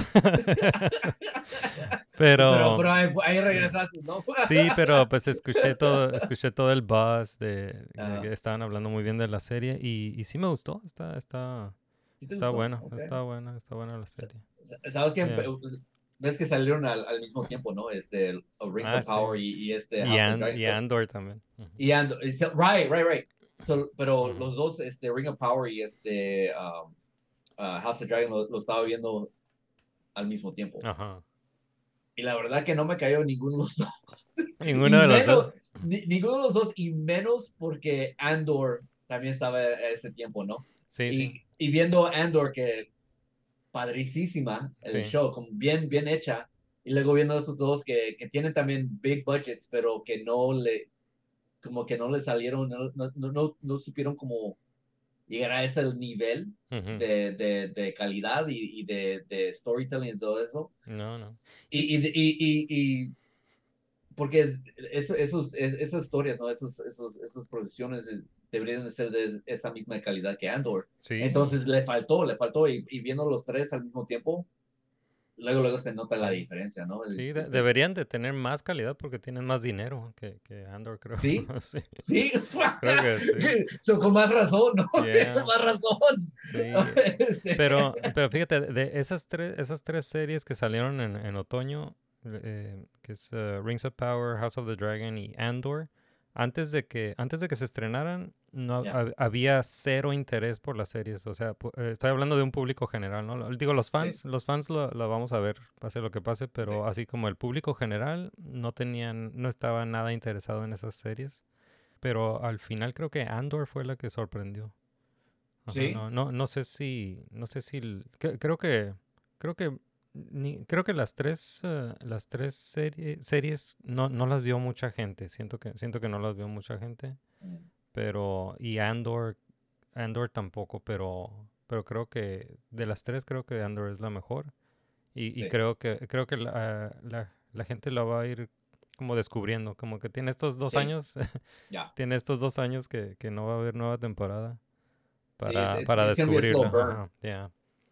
pero ahí regresaste, ¿no? Sí, pero pues escuché todo el buzz de que estaban hablando muy bien de la serie y sí me gustó. Está bueno. Okay. Está buena la serie. ¿Sabes qué? Ves que salieron al mismo tiempo, ¿no? Rings of Power y Andor también. Y Andor, right. Pero los dos, Ring of Power y House of Dragon lo estaba viendo al mismo tiempo. Ajá. Y la verdad que no me cayó ninguno de los dos. Ninguno de los dos. Ninguno de los dos, y menos porque Andor también estaba a ese tiempo, ¿no? Sí. Y viendo Andor, que padricísima el show, como bien hecha, y luego viendo esos dos que tienen también big budgets, pero que no le salieron, no supieron como llegar a ese nivel de calidad y de storytelling y todo eso. No. Y porque esas historias, ¿no? Esas producciones deberían de ser de esa misma calidad que Andor. Sí. Entonces le faltó y viendo los tres al mismo tiempo, luego se nota la diferencia, ¿no? Sí, deberían de tener más calidad porque tienen más dinero que Andor, creo. ¿Sí? Sí, Sí, creo que sí. Con más razón, ¿no? Yeah. Con más razón. Sí, pero fíjate, de esas tres series que salieron en otoño, que es Rings of Power, House of the Dragon y Andor, antes de que se estrenaran, no Yeah. había cero interés por las series. O sea, estoy hablando de un público general, ¿no? Digo, los fans lo vamos a ver, pase lo que pase, pero así como el público general no estaba nada interesado en esas series. Pero al final creo que Andor fue la que sorprendió. Ajá, Sí. no sé si creo que las tres series no las vio mucha gente. Siento que no las vio mucha gente, pero y Andor tampoco, pero creo que de las tres creo que Andor es la mejor y creo que la gente la va a ir como descubriendo, como que tiene estos 2 años tiene estos 2 años que no va a haber nueva temporada para it's gonna be a slow descubrirla. burn. Ajá, yeah.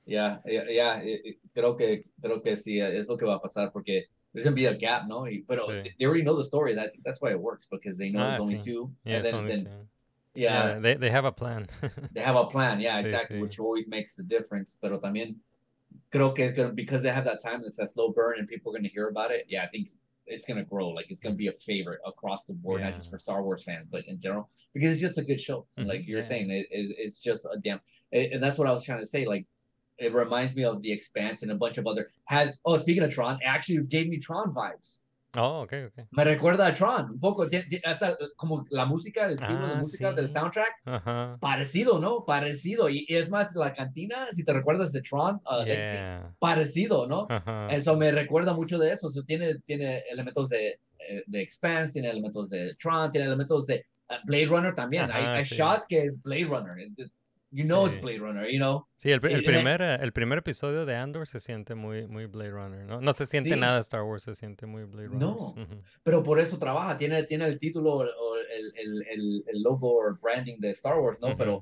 Creo que sí, es lo que va a pasar porque there's gonna be a gap, ¿no? Pero Sí. they already know the story. I think that's why it works because they know it's only Sí. 2, Yeah, and it's only then 2. yeah, They have a plan. they have a plan. Yeah, Sí, exactly, sí. which always makes the difference. Pero también creo que es gonna, because they have that time, it's a slow burn, and people are gonna hear about it. Yeah, I think it's gonna grow. Like it's gonna be a favorite across the board, not just for Star Wars fans, but in general, because it's just a good show. And like you're saying, it's just a damn. And that's what I was trying to say. Like it reminds me of The Expanse and a bunch of other. Speaking of Tron, it actually gave me Tron vibes. Oh, okay. Me recuerda a Tron un poco, hasta como la música, el estilo de música del soundtrack, parecido, ¿no? Parecido. Y es más, la cantina, si te recuerdas de Tron, Legacy, parecido, ¿no? Eso me recuerda mucho de eso. Tiene elementos de Expanse, tiene elementos de Tron, tiene elementos de Blade Runner también. Hay shots que es Blade Runner. It's Blade Runner, you know. Sí, el primer episodio de Andor se siente muy, muy Blade Runner, ¿no? No se siente nada Star Wars, se siente muy Blade Runner. No, pero por eso trabaja, tiene el título o el logo o branding de Star Wars, ¿no? Pero,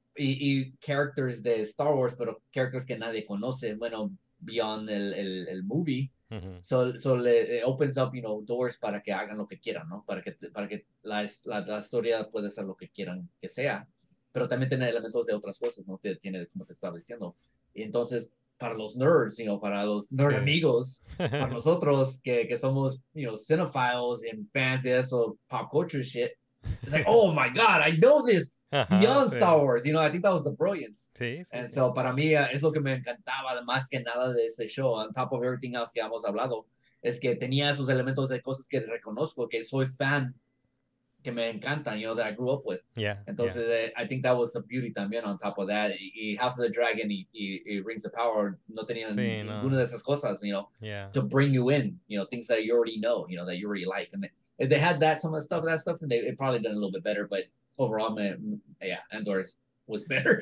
y characters de Star Wars, pero characters que nadie conoce, bueno, beyond el movie. So it opens up, you know, doors para que hagan lo que quieran, ¿no? Para que la historia puede ser lo que quieran que sea. Pero también tiene elementos de otras cosas, ¿no? Tiene, como te estaba diciendo. Y entonces, para los nerds, you know, para los nerd amigos, para nosotros que somos, you know, cinephiles and fans de eso, pop culture shit, it's like, oh my God, I know this beyond Star Wars. You know, I think that was the brilliance. And so, para mí, es lo que me encantaba, más que nada de este show, on top of everything else que hemos hablado, es que tenía esos elementos de cosas que reconozco, que soy fan, que me encantan, you know, that I grew up with. Entonces, I think that was the beauty también on top of that. Y House of the Dragon y Rings of Power no tenían ninguna de esas cosas, you know, to bring you in, you know, things that you already know, you know, that you already like. And if they had some of that stuff, and they probably done a little bit better, but overall, Andor was better.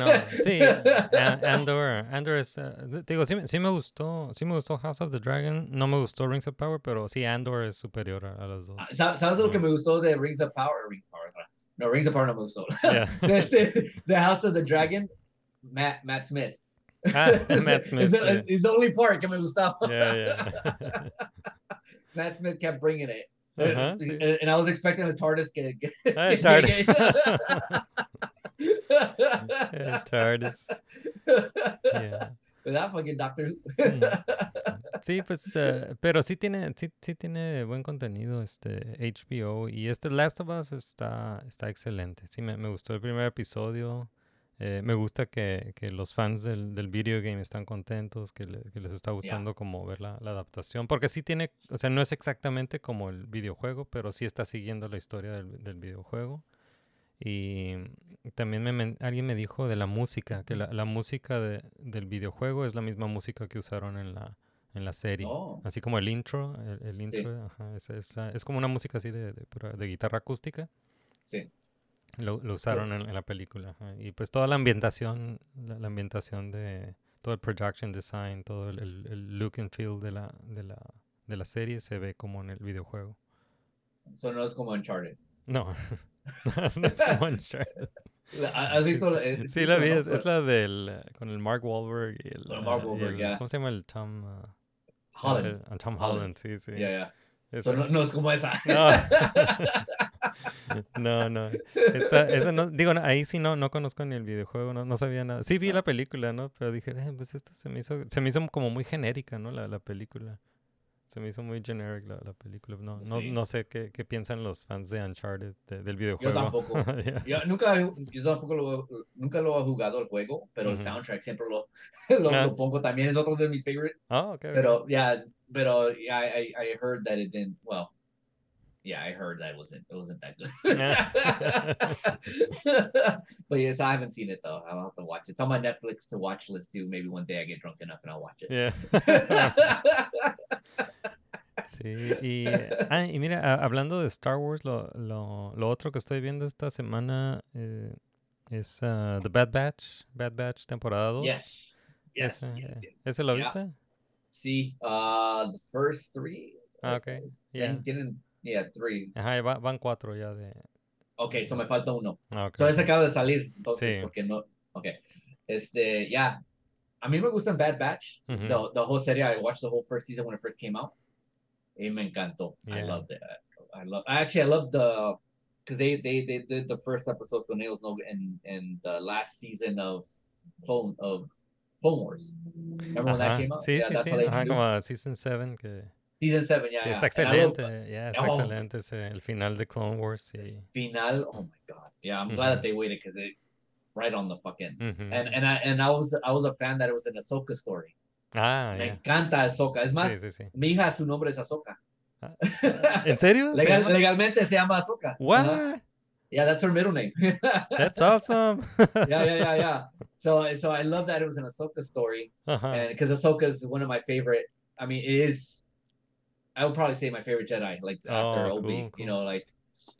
Andor es, te digo, sí me gustó House of the Dragon, no me gustó Rings of Power, pero sí Andor es superior a las dos. ¿Sabes lo que me gustó de Rings of Power? No, Rings of Power no me gustó. The House of the Dragon, Matt Smith. Matt Smith. It's the only part que me gustaba. Matt Smith kept bringing it. And I was expecting a TARDIS TARDIS. That fucking Doctor Who. Sí, pues, pero sí tiene buen contenido HBO, y Last of Us está excelente. Sí, me gustó el primer episodio. Me gusta que los fans del video game están contentos, que les está gustando como ver la adaptación, porque sí tiene, o sea, no es exactamente como el videojuego, pero sí está siguiendo la historia del videojuego. Y también alguien me dijo de la música, que la música del videojuego es la misma música que usaron en la serie. Así como el intro, el intro, es como una música así de guitarra acústica. Sí. Lo usaron en la película. Y pues toda la ambientación de todo el production design, todo el look and feel de la serie se ve como en el videojuego. So no es como Uncharted. No. No es como Uncharted. ¿Has visto? Sí, la vi, ¿no? es la del con el Mark Wahlberg y el, Con Mark y Wahlberg, el- ya. ¿cómo se llama el Tom? Holland. Tom Holland, sí, sí. Ya, ya. Esa- No es como esa. No. No. Esa no, digo, no, ahí sí no conozco ni el videojuego, no sabía nada. Sí vi la película, ¿no? Pero dije, pues esto se me hizo como muy genérica, ¿no? La película. Se me hizo muy generic la película. Sí. No sé qué piensan los fans de Uncharted, del Yo videojuego. tampoco. Yeah. Yo tampoco nunca lo he jugado el juego, pero el Ujú. soundtrack siempre Ah. lo pongo también. Es otro de mis favorites. Oh, okay. Pero I heard that it didn't. Well, yeah, I heard that it wasn't that good. But yes, I haven't seen it though. I'll have to watch it. It's on my Netflix to watch list too. Maybe one day I get drunk enough and I'll watch it. Yeah. Sí, y mira, hablando de Star Wars, lo otro que estoy viendo esta semana es The Bad Batch temporada 2. Yes. ¿Ese lo Yeah. viste? Sí, the first three. Ah, okay. Yeah. Tienen, three. Ajá, van 4 ya de... Okay, so me falta uno. Ah, okay. So ese acaba de salir, entonces, Sí. porque no. Okay. Yeah. A mí me gusta Bad Batch. Ujú. The whole serie, I watched the whole first season when it first came out. Y me encantó. I Yeah. loved it. I loved the, because they did the first episode when it was in the last season of Clone Wars. Remember when that Ajá. came out? Sí, Yeah, sí, that's sí. how they Ajá, introduced. como Season 7 que Season 7, yeah. es And I love- excelente. Yeah, es Oh. excelente el final de Clone Wars. Sí. Final. Oh my god. Yeah, I'm glad Mhm. that they waited because it's right on the fucking. Ujú. And I was a fan that it was an Ahsoka story. Ah, Me yeah. encanta Ahsoka. Es más, Sí, sí. mi hija, su nombre es Ahsoka. ¿En serio? ¿Se llama? Legalmente se llama Ahsoka. What? Uh-huh. Yeah, that's her middle name. That's awesome. yeah. So I love that it was an Ahsoka story, Ajá. and because Ahsoka is one of my favorite. I mean, it is. I would probably say my favorite Jedi, like after Oh, Obi. cool. You know, like,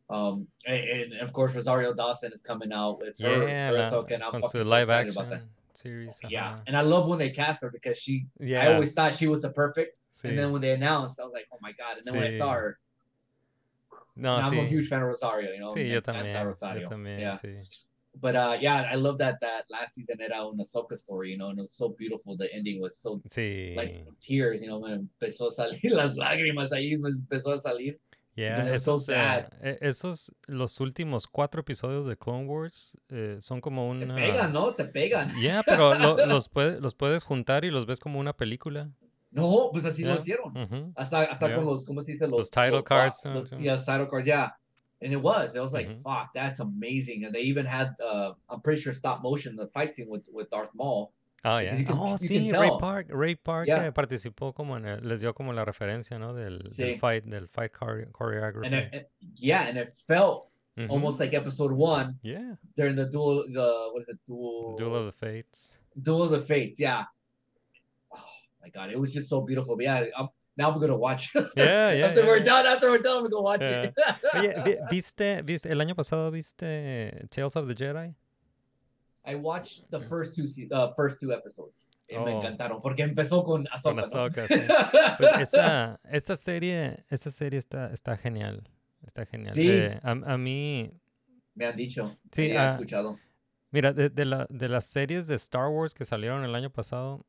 and of course Rosario Dawson is coming out with her Yeah, Ahsoka, and I'm con fucking su so live excited action about that. series. Yeah, ajá. and I love when they cast her because I Yeah. always thought she was the perfect, Sí. and then when they announced, I was like, oh my god! And then when I Sí. saw her, No, and I'm a sí. huge fan of Rosario. You know, Sí, me yo encanta también. Rosario. Yo también, Yeah. sí. But I love that last season era una Ahsoka story, you know, and it was so beautiful. The ending was so Sí. like tears, you know, me empezó a salir las lágrimas ahí, me empezó a salir. Yeah, because it was so sad. esos, los últimos 4 episodios de Clone Wars son como Te una... pegan, ¿no? Te pegan. Yeah, pero los puedes juntar y los ves como una película. No, pues así lo Yeah. hicieron. Ujú. Hasta Yeah. con los, ¿cómo se dice? Los title cards, ¿no? Yeah, title cards, yeah. And it was like, Mhm. fuck, that's amazing. And they even had, I'm pretty sure stop motion, the fight scene with Darth Maul. Ah, Because yeah. you can- Oh, you sí, can tell. Ray Park Yeah. participó como les dio como la referencia, ¿no? Del Sí. fight choreography. And it felt Ujú. almost like episode 1 Yeah, during the duel Duel of the Fates. Duel of the Fates, yeah. Oh my god, it was just so beautiful. But yeah, now I'm gonna watch it. Yeah, after we're yeah. done, I'm gonna go watch it. Oye, ¿viste, el año pasado viste Tales of the Jedi? I watched the first two episodes. Me Oh. encantaron porque empezó con Ahsoka. Con Ahsoka, ¿no? sí. Pues esa serie está genial. Está genial. Sí. A mí, Me han dicho. Sí, he escuchado. mira, de las series de Star Wars que salieron el año pasado,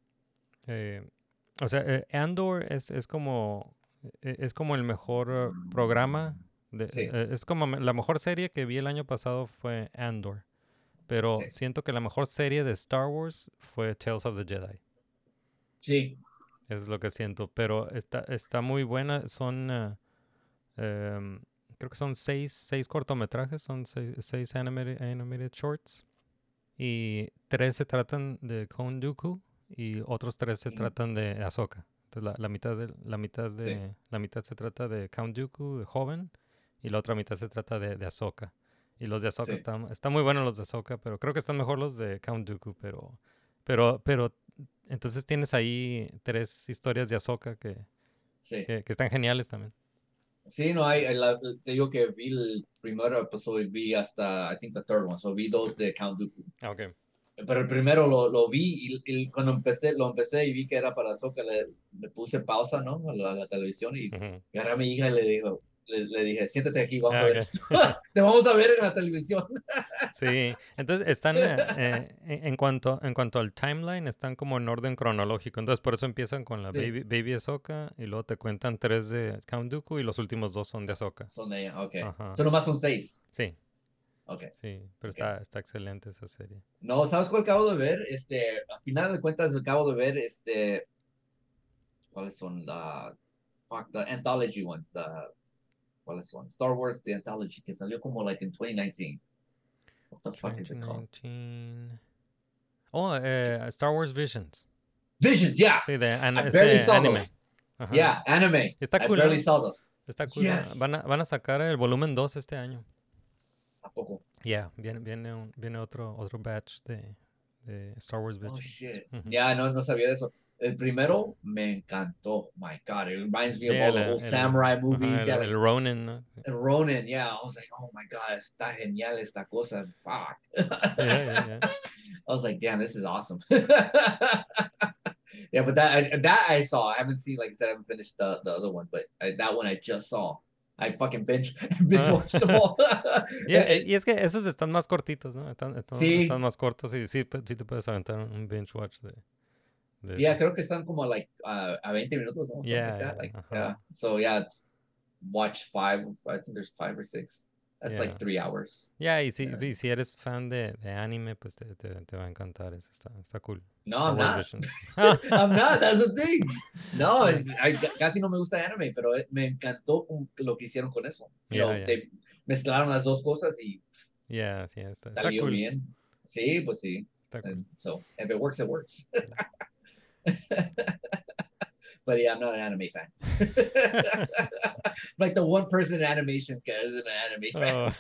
o sea, Andor es como el mejor programa. Sí. Es como la mejor serie que vi el año pasado fue Andor. Pero Sí. siento que la mejor serie de Star Wars fue Tales of the Jedi. Sí. Es lo que siento. Pero está muy buena. Son, creo que son 6 cortometrajes. Son 6 animated shorts. Y 3 se tratan de Count Dooku. Y otros 3 se tratan de Ahsoka. Entonces la mitad se trata de Count Dooku, de joven. Y la otra mitad se trata de Ahsoka. Y los de Ahsoka Sí. están muy buenos los de Ahsoka, pero creo que están mejor los de Count Dooku, pero entonces tienes ahí 3 historias de Ahsoka que Sí. están geniales también. Sí, no, te digo que vi el primer episodio y vi hasta, I think, the third one. So vi 2 de Count Dooku. Ah, okay. Pero el primero lo vi y cuando lo empecé y vi que era para Ahsoka, le puse pausa, ¿no? A la televisión y Ujú. agarré a mi hija y le le dije, siéntate aquí, vamos a Ah, ver ok. esto. Te vamos a ver en la televisión. Sí, entonces están en cuanto al timeline, están como en orden cronológico. Entonces por eso empiezan con la Sí. Baby Ahsoka y luego te cuentan 3 de Count Dooku y los últimos 2 son de Ahsoka. Son de ella, ok. Ajá. Son nomás son 6. Sí, Ok. sí, pero Ok. está excelente esa serie. No, ¿sabes cuál acabo de ver? A final de cuentas acabo de ver, ¿cuáles son? The anthology ones, ¿cuáles son? Star Wars, The Anthology, que salió como like in 2019. What the fuck is it called? 2019. Oh, Star Wars Visions. Visions, yeah. Sí, de I barely saw anime. those. Ajá. Yeah, anime. Está I cool, barely ¿no? saw those. Está cool. ¿no? Yes. Van a sacar el volumen 2 este año. ¿A poco? Yeah, viene otro batch de Star Wars Oh, Visions. shit. Ujú. Yeah, no sabía de eso. El primero me encantó. My God, it reminds me of Yeah, all the old samurai movies. ajá, Yeah, el Ronin, ¿no? Ronin, yeah. I was like, oh my God, está genial esta cosa. Fuck. Yeah. I was like, damn, this is awesome. Yeah, but that I saw. I haven't seen, like I said, I haven't finished the other one, but that one I just saw. I fucking binge watched them all. Yeah, y es que esos están más cortitos, ¿no? Sí. Están más cortos y sí te puedes aventar un binge watch de Yeah, esos. creo que están como like a 20 minutos or something Yeah, like that. Like, ajá. yeah. So yeah, watch 5. I think there's 5 or 6. That's Yeah. like 3 hours. Yeah, y Yeah. si eres fan de anime, pues te va a encantar eso. Está cool. No, Star I'm Wars not. Visions. I'm not. That's the thing. No, casi no me gusta anime, pero me encantó lo que hicieron con eso. You know, Yeah. they mezclaron las dos cosas y Yeah, sí, está salió cool. bien. Sí, pues sí. Está cool. And so if it works, it works. But yeah, I'm not an anime fan. Like the one person in animation that isn't an anime fan.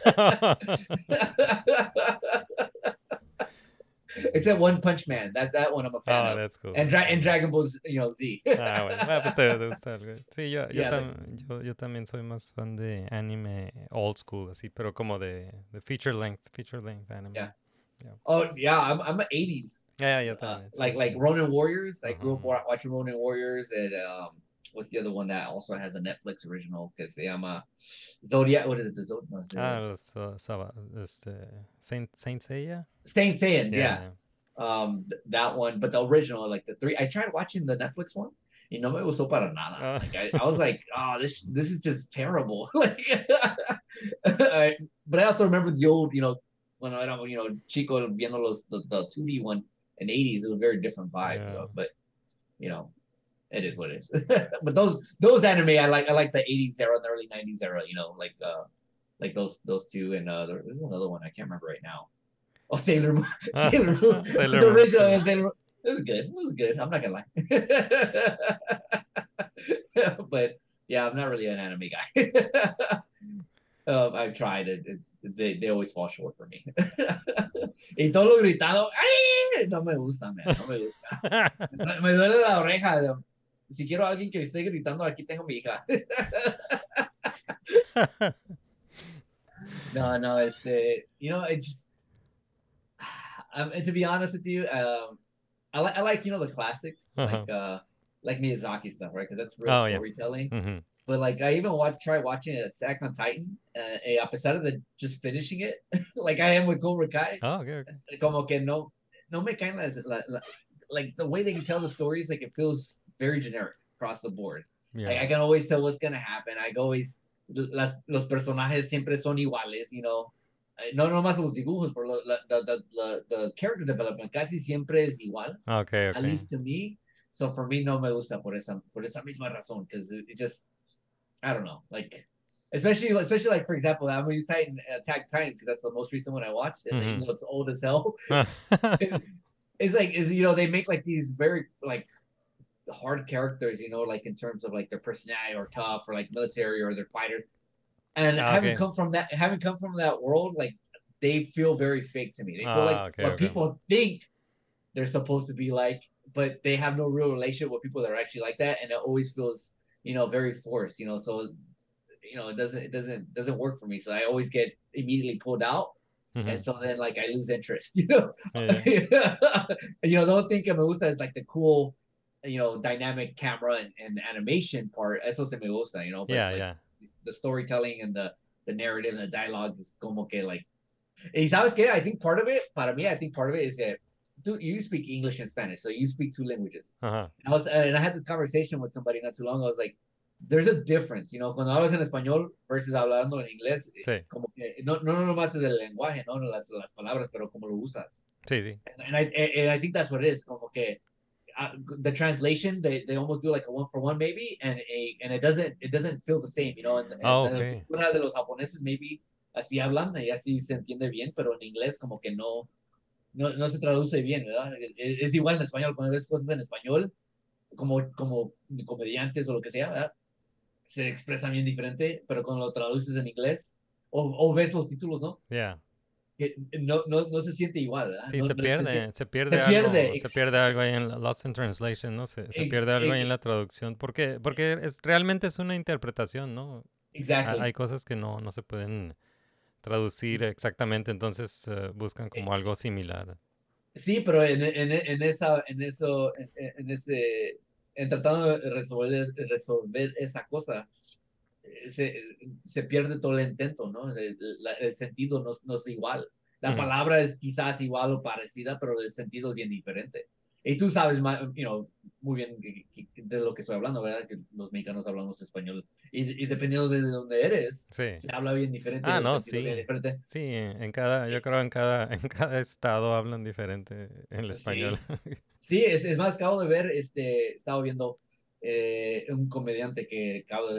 Oh. Except One Punch Man. That one I'm a fan Oh, of. that's cool. And Dragon Ball Z, Z. Ah, bueno, pues te gusta algo. Sí, Yeah, yo también soy más fan de anime old school, así, pero como de feature length anime. Yeah. Oh yeah, I'm an 80s. Yeah, yo también. sí, Like sí. Ronin Warriors. I grew up Uh-huh. watching Ronin Warriors, and what's the other one that also has a Netflix original? Because they Zodiac. What is it? The Zodiac. No, Saint Seiya? Saint Saiyan. Yeah. That one, but the original, like the 3. I tried watching the Netflix one. No me gustó para nada. Like, I was like, oh, this is just terrible. Like, but I also remember the old, when I era, chico viendo the 2D one in the 80s, it was a very different vibe. But it is what it is. But those anime, I like the 80s era and the early 90s era. Like those two, and this is another one I can't remember right now. Oh, Sailor Moon. Sailor Moon. Sailor The Moon. original Sailor Moon. It was good. I'm not gonna lie. But yeah, I'm not really an anime guy. I've tried it. They always fall short for me. Y todo lo gritado, ¡ay! No me gusta, man. No me gusta. Me duele la oreja. Si quiero a alguien que esté gritando, aquí tengo mi hija. No, it just. And to be honest with you, I like the classics, like Miyazaki stuff, right? Because that's real storytelling. Yeah. Mm-hmm. But like I even tried watching Attack on Titan, a pesar de just finishing it, like I am with Cobra Kai. Oh, okay. Como que no me caen like the way they can tell the stories, like it feels very generic across the board. Yeah. Like I can always tell what's gonna happen. Los personajes siempre son iguales, No nomás los dibujos, pero the character development casi siempre es igual. Okay. At least to me. So for me, no me gusta por esa misma razón, because it just, I don't know, like, especially like, for example, I'm going to use Attack Titan because that's the most recent one I watched, and even though it's old as hell, it's like, they make like these very like hard characters, like in terms of like their personality or tough or like military or their fighters. And having come from that world, like they feel very fake to me. They feel like what people think they're supposed to be like, but they have no real relationship with people that are actually like that, and it always feels, very forced, So, it doesn't work for me. So I always get immediately pulled out, and so then like I lose interest, Yeah. Don't think me gusta is like the cool, dynamic camera and animation part. Eso se me gusta, But, yeah. the storytelling and the narrative and the dialogue is como que like. Y sabes qué? I think part of it, para mí, I think part of it is that, dude, you speak English and Spanish, so you speak two languages. Ajá. And I had this conversation with somebody not too long ago. I was like, there's a difference, you know, cuando hablas en español versus hablando en inglés, Sí. como que no nomás es el lenguaje, no las palabras, pero como lo usas. Sí, sí. And I think that's what it is, como que the translation they almost do like a 1-for-1 maybe, and it doesn't feel the same, you know. Okay. Una de los japoneses maybe así hablan y así se entiende bien, pero en inglés como que no se traduce bien, ¿verdad? Es igual en español, cuando ves cosas en español, como comediantes o lo que sea, ¿verdad? Se expresan bien diferente, pero cuando lo traduces en inglés, o ves los títulos, ¿no? Yeah. No se siente igual, ¿verdad? Sí, No, se pierde algo ahí en Lost in Translation, ¿no? Se pierde algo ahí en la traducción, porque realmente es una interpretación, ¿no? Exactly. Hay cosas que no se pueden traducir exactamente, entonces buscan como algo similar. Sí, pero en tratando de resolver esa cosa, se pierde todo el intento, ¿no? El sentido no es igual. La palabra es quizás igual o parecida, pero el sentido es bien diferente. Y tú sabes, muy bien de lo que estoy hablando, ¿verdad? Que los mexicanos hablamos español. Y dependiendo de dónde eres, sí. se habla bien diferente. No, sí. Bien diferente. Sí, yo creo en cada estado hablan diferente en el español. Sí, es más, acabo de ver, estaba viendo un comediante que acabo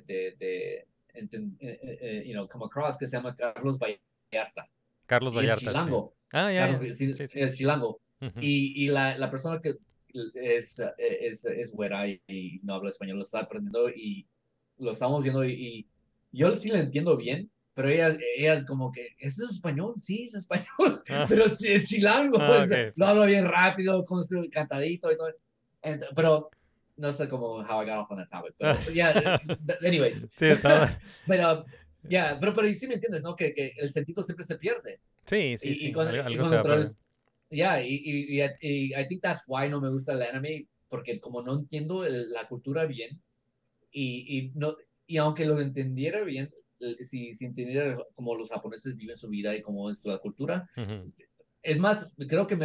come across, que se llama Carlos Vallarta. Carlos Vallarta, es chilango. Sí. Ya. Sí. Es chilango. Uh-huh. Y la persona que es güera y no habla español, lo está aprendiendo y lo estamos viendo y yo sí lo entiendo bien, pero ella como que, ¿es español? Sí, es español, pero es chilango, Okay, lo habla bien rápido, con su cantadito y todo. Pero no sé cómo how I got off on that topic, pero anyways. Sí, estaba... pero sí me entiendes, ¿no? Que el sentido siempre se pierde. Sí. Algo se va a perder. Y I think that's why no me gusta el anime, porque como no entiendo la cultura bien, y aunque lo entendiera bien, si entendiera como los japoneses viven su vida y cómo es la cultura, uh-huh. Es más, creo que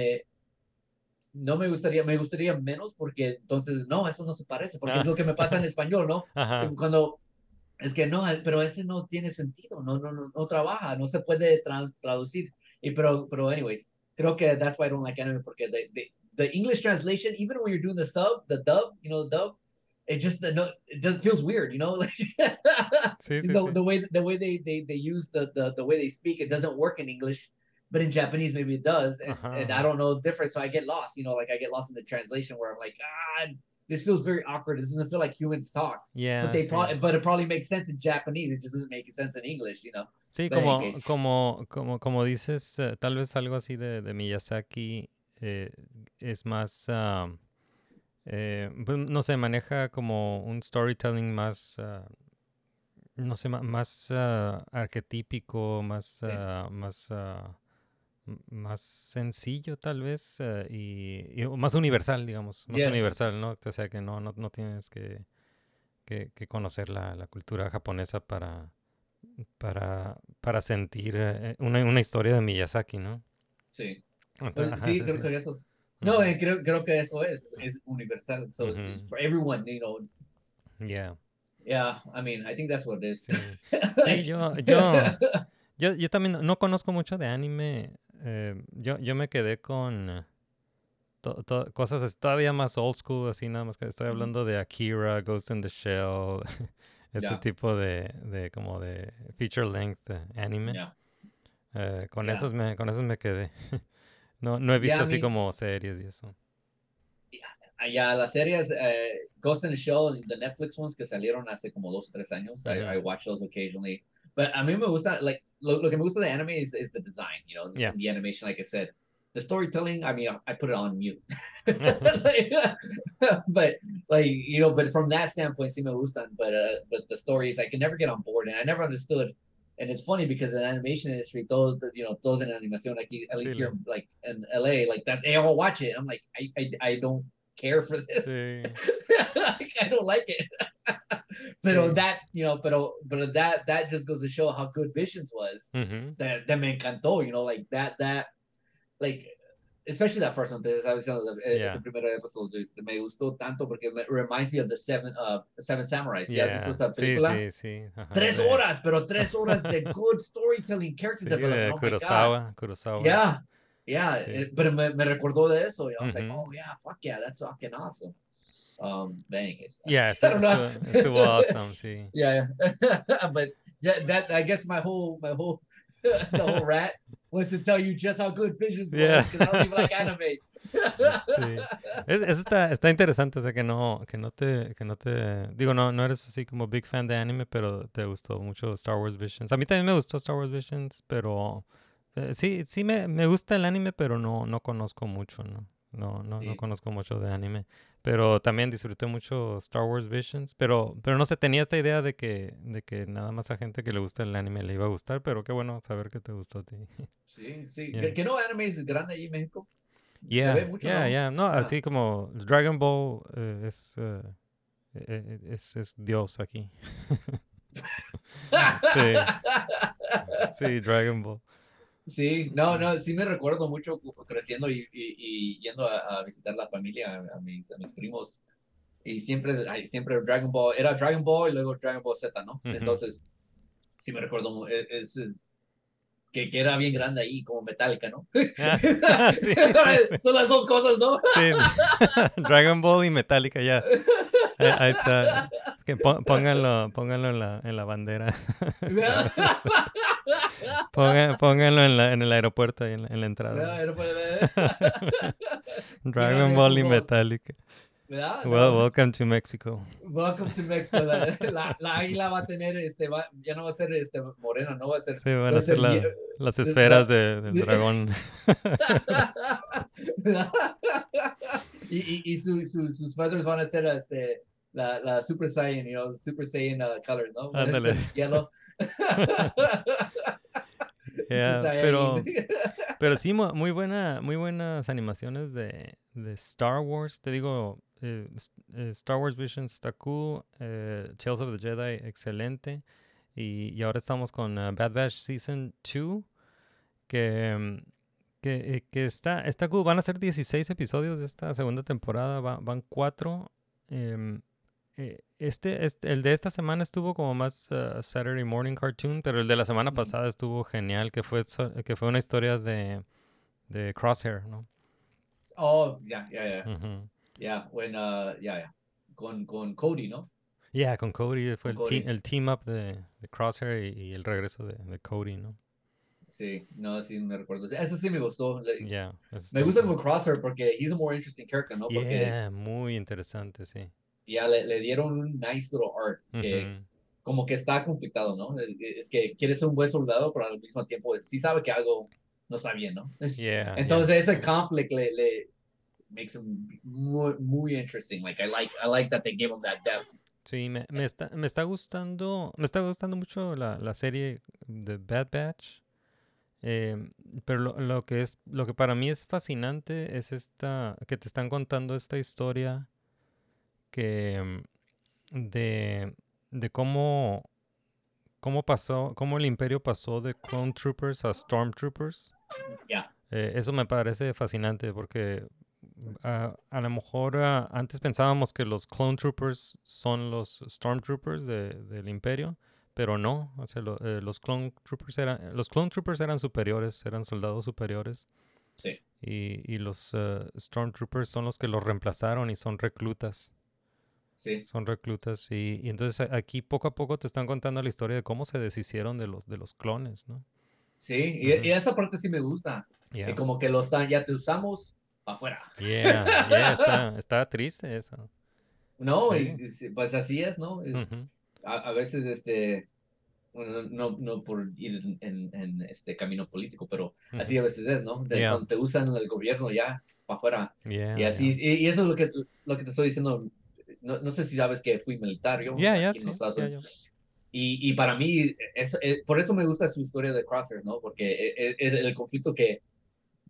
no me gustaría menos, porque entonces, no, eso no se parece, porque es lo que me pasa en español, ¿no? Uh-huh. Cuando es que no, pero ese no tiene sentido, no trabaja, no se puede traducir. Pero anyways, creo que that's why I don't like anime, porque the English translation, even when you're doing the dub, you know, the dub, it just feels weird, you know. The way they use the way they speak, it doesn't work in English, but in Japanese maybe it does, and I don't know the difference, so I get lost, you know, like I get lost in the translation where I'm like, this feels very awkward. This doesn't feel like humans talk. Yeah, but it probably makes sense in Japanese. It just doesn't make sense in English, you know. Sí, como dices, tal vez algo así de Miyazaki es más, pues, no sé, maneja como un storytelling más, no sé, más arquetípico, más sencillo tal vez y más universal, digamos, más universal, ¿no? O sea que no tienes que conocer la cultura japonesa para sentir una historia de Miyazaki, ¿no? Sí. Entonces, sí, creo que eso es. No, creo que eso es universal. So it's for everyone, you know. Yeah. Yeah, I mean, I think that's what it is. Sí, yo también no conozco mucho de anime. Yo me quedé con cosas todavía más old school, así nada más que estoy hablando de Akira, Ghost in the Shell, ese tipo de como de feature length anime. Con esos me quedé. No he visto así como series y eso. Las series Ghost in the Shell, the Netflix ones que salieron hace como 2 o 3 años, I watch those occasionally. But a mí me gusta, like, lo que me gusta de anime is the design, you know, the animation, like I said. The storytelling, I mean, I put it on mute. But, like, you know, but from that standpoint, sí me gustan. But the stories, I can never get on board, and I never understood. And it's funny because in the animation industry, todos en animación, like, at least here, like, in LA, like, that they all watch it. I'm like, I don't care for this. Sí. Like, I don't like it. Pero Sí. that, you know, but that just goes to show how good Visions was. Ujú. That me encantó, you know, like that, like, especially that first one. Ese primer episodio me gustó tanto porque me reminds me of the Seven Samurais. ¿Sí has visto esa película? Sí. Ajá, 3 horas, pero 3 horas de good storytelling, character development. Oh Kurosawa. my God. Yeah. Sí. Pero me recordó de eso. I was like, Ujú. oh yeah, fuck yeah, that's fucking awesome. But in any case, Yeah, I don't know. estuvo awesome, sí. Yeah. But that I guess my whole the whole rat was to tell you just how good Visions was, Yeah. because I don't even like anime. Sí. Eso está interesante, o sea, que no te, digo, no eres así como big fan de anime, pero te gustó mucho Star Wars Visions. A mí también me gustó Star Wars Visions, pero sí me gusta el anime, pero no conozco mucho, ¿no? No Sí. conozco mucho de anime, pero también disfruté mucho Star Wars Visions, pero no sé, tenía esta idea de que nada más a gente que le gusta el anime le iba a gustar, pero qué bueno saber que te gustó a ti. Sí. Yeah. Que no anime es grande ahí en México. Se Yeah, ve mucho, ¿no? No, Ah. así como Dragon Ball es Dios aquí. Sí, Dragon Ball. Sí, sí me recuerdo mucho creciendo y yendo a visitar la familia, a mis primos, y siempre Dragon Ball, era Dragon Ball y luego Dragon Ball Z, ¿no? Ujú. Entonces, sí me recuerdo, que era bien grande ahí, como Metallica, ¿no? Sí. Son las dos cosas, ¿no? Sí. Dragon Ball y Metallica, ya. Ahí está. Que pónganlo en la bandera. Pónganlo en el aeropuerto, ahí en la entrada. Dragon Ball y Metallica. ¿Verdad? Welcome to Mexico. Welcome to Mexico. La águila va a tener, ya no va a ser morena, no va a ser. Sí, van va a ser nie- las esferas del dragón. y sus padres van a ser la Super Saiyan, Super Saiyan colors, ¿no? Van a ser Ándale. Yellow. Yeah, Saiyajin. pero sí, muy buenas animaciones de Star Wars. Te digo, Star Wars Visions está cool. Tales of the Jedi, excelente. Y ahora estamos con Bad Batch Season 2, que está cool. Van a ser 16 episodios de esta segunda temporada. Van 4. El de esta semana estuvo como más Saturday Morning Cartoon, pero el de la semana pasada estuvo genial, que fue una historia de Crosshair, ¿no? Oh, yeah. Ujú. Yeah, con Cody, ¿no? Yeah, con Cody fue Con Cody. el team up de Crosshair y el regreso de Cody, ¿no? Sí, no, sí me recuerdo. Eso sí me gustó. Yeah, Me gusta con Crosshair porque he's a more interesting character, ¿no? Porque Yeah, muy interesante, sí. ya le dieron un nice little arc que Ujú. como que está conflictado, ¿no? Es que quiere ser un buen soldado, pero al mismo tiempo sí sabe que algo no está bien, ¿no? Yeah, Entonces ese conflict le makes him muy interesting. Like I like that they gave him that depth. Sí, me está gustando mucho la serie de Bad Batch. Pero lo que para mí es fascinante es que te están contando esta historia que de cómo el Imperio pasó de Clone Troopers a Stormtroopers. Yeah. Eso me parece fascinante porque a lo mejor antes pensábamos que los Clone Troopers son los Stormtroopers del Imperio, pero no. O sea, los Clone Troopers eran superiores, eran soldados superiores. Sí. Y los Stormtroopers son los que los reemplazaron y son reclutas. Sí. Son reclutas y entonces aquí poco a poco te están contando la historia de cómo se deshicieron de los clones, ¿no? Sí, Ujú. y esa parte sí me gusta. Yeah. Y como que ya te usamos afuera. Yeah, está triste eso. No, Sí. pues así es, ¿no? Ujú. A veces bueno, no por ir en este camino político, pero así a veces es, ¿no? Yeah. Cuando te usan el gobierno ya para afuera. Yeah, Y así, yeah. y eso es lo que te estoy diciendo. No sé si sabes que fui militar yo Yeah, aquí en los Estados yeah, Unidos. Y para mí, por eso me gusta su historia de Crosshair, ¿no? Porque es el conflicto que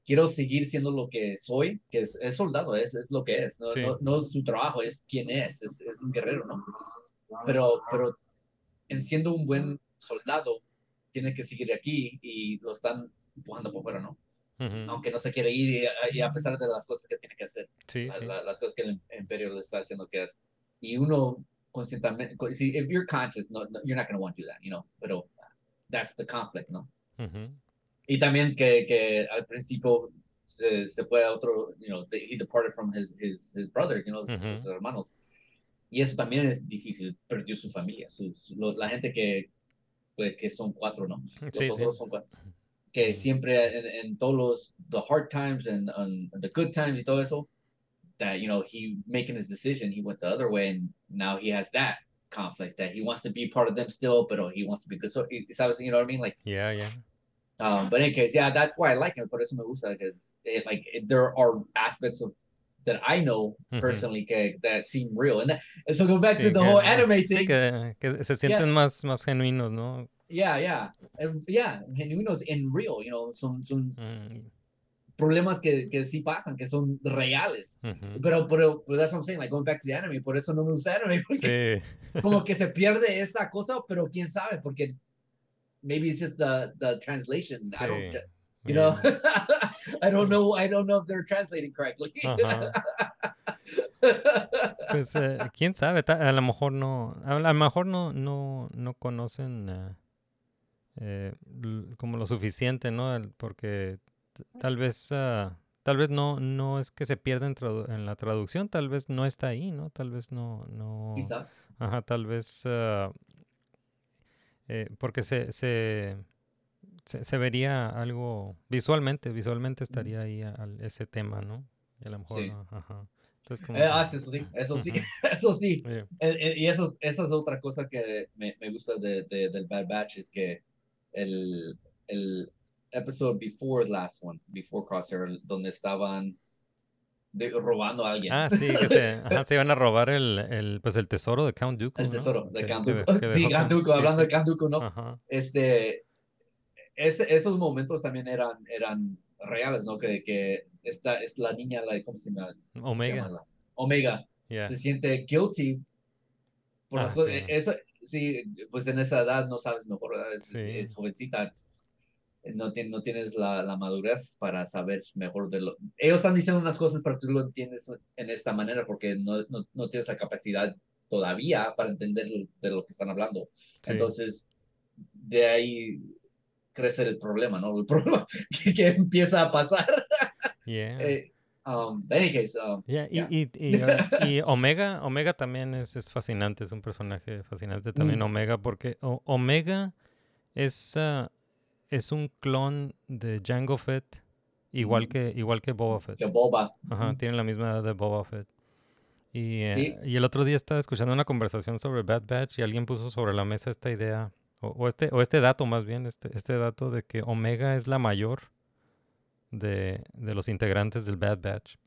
quiero seguir siendo lo que soy, que es soldado, es lo que es, no, Sí. no es su trabajo, es quien es un guerrero, ¿no? Pero en siendo un buen soldado, tiene que seguir aquí y lo están empujando por fuera, ¿no? Ujú. Aunque no se quiere ir y a pesar de las cosas que tiene que hacer, Sí, sí. las cosas que el imperio le está haciendo que es. Y uno conscientemente, si if you're conscious, you're not going to want to do that, you know, pero that's the conflict, ¿no? Ujú. Y también que al principio se fue a otro, you know, he departed from his brothers, you know, Ujú. sus hermanos. Y eso también es difícil, perdió su familia, la gente pues, que son 4, ¿no? Los Sí, sí. otros son 4. Que siempre en todos los the hard times and the good times y todo eso, that, you know, he making his decision, he went the other way, and now he has that conflict that he wants to be part of them still, but he wants to be good. So, ¿sabes? You know what I mean? Like, Yeah, yeah. but in any case, yeah, that's why I like him. Por eso me gusta, because there are aspects of that I know personally that seem real, and so go back Sí, to the que, whole anime sí, thing. que se sienten más genuinos, ¿no? Yeah, genuinos and real, you know, son Mm, problemas que sí pasan, que son reales. ujú. Pero that's what I'm saying, like going back to the anime, por eso no me gusta anime, porque Sí. como que se pierde esa cosa, pero quién sabe, porque maybe it's just the translation. I don't, Sí. you know, Bien. I don't know if they're translating correctly. Ajá. Pues quién sabe, a lo mejor no conocen como lo suficiente, ¿no? Porque tal vez no es que se pierda en la traducción, tal vez no está ahí, ¿no? Tal vez no, Quizás. ajá, tal vez porque se vería algo visualmente estaría ahí ese tema, ¿no? Y a lo mejor, Sí. ajá. Entonces como que, Eso sí, eso sí, ujú. eso sí. Yeah. Y eso es otra cosa que me gusta del Bad Batch, es que el episode before last one, before Crosshair, donde estaban robando a alguien. Ah, sí, que se iban a robar pues el tesoro de Count Dooku, El ¿no? tesoro de Count Que Dooku. que Sí, dejó Count Dooku, sí, hablando sí. de Count Dooku, ¿no? Ajá. Esos momentos también eran reales, ¿no? Que esta es la niña, ¿cómo se llama? Omega. Omega. Yeah. Se siente guilty por las Ah, cosas. sí. Eso, sí, pues en esa edad no sabes mejor, ¿verdad? Sí. Es jovencita. No tienes la madurez para saber mejor de lo. Ellos están diciendo unas cosas, pero tú lo entiendes en esta manera porque no tienes la capacidad todavía para entender de lo que están hablando. Sí. Entonces, de ahí crece el problema, ¿no? El problema que empieza a pasar. Yeah. In any case, Yeah, yeah. y Omega también es fascinante, es un personaje fascinante también Omega, porque Omega es un clon de Jango Fett, igual que Boba Fett. Que Boba. Ajá, tiene la misma edad de Boba Fett. Sí. Y el otro día estaba escuchando una conversación sobre Bad Batch y alguien puso sobre la mesa esta idea, o este dato más bien, este dato de que Omega es la mayor de los integrantes del Bad Batch.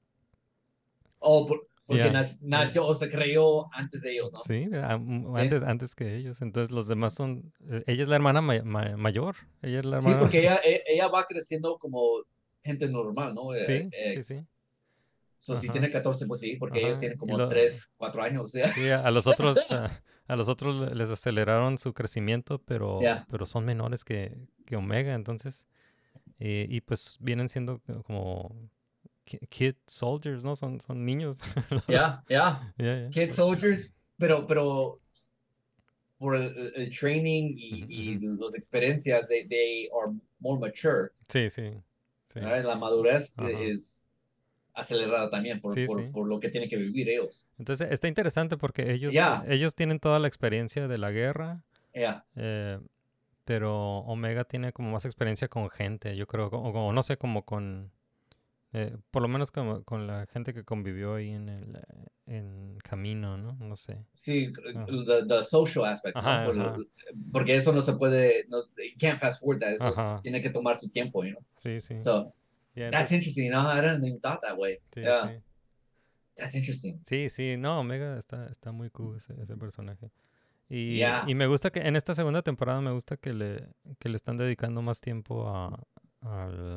Porque Yeah. nació o se creó antes de ellos, ¿no? Sí, Sí. antes que ellos. Entonces los demás son... ella es la hermana mayor. Ella es la Sí, hermana... porque ella va creciendo como gente normal, ¿no? Sí, sí. Si Ajá. tiene 14, pues sí, porque ellos Ajá. tienen como 3, 4 años. O sea. Sí, a los otros les aceleraron su crecimiento, Yeah. pero son menores que Omega, entonces... y pues vienen siendo como kid soldiers, ¿no? Son niños. Yeah. Yeah. Kid soldiers, pero por el training y las experiencias, they are more mature. Sí. ¿Verdad? La madurez Ajá. es acelerada también Sí. por lo que tienen que vivir ellos. Entonces está interesante porque Yeah. ellos tienen toda la experiencia de la guerra. Yeah. Pero Omega tiene como más experiencia con gente, yo creo, o no sé, como con, por lo menos como con la gente que convivió ahí en camino, ¿no? No sé. Sí, Ajá. the social aspects, Ajá, ¿no? ajá. Porque eso no se puede, you can't fast forward that, eso Ajá. tiene que tomar su tiempo, you know? Sí. So, Yeah, that's interesting, you know? I didn't even thought that way. Sí, Yeah. sí. That's interesting. Sí, no, Omega está muy cool ese personaje. Yeah. Y me gusta que en esta segunda temporada me gusta que le están dedicando más tiempo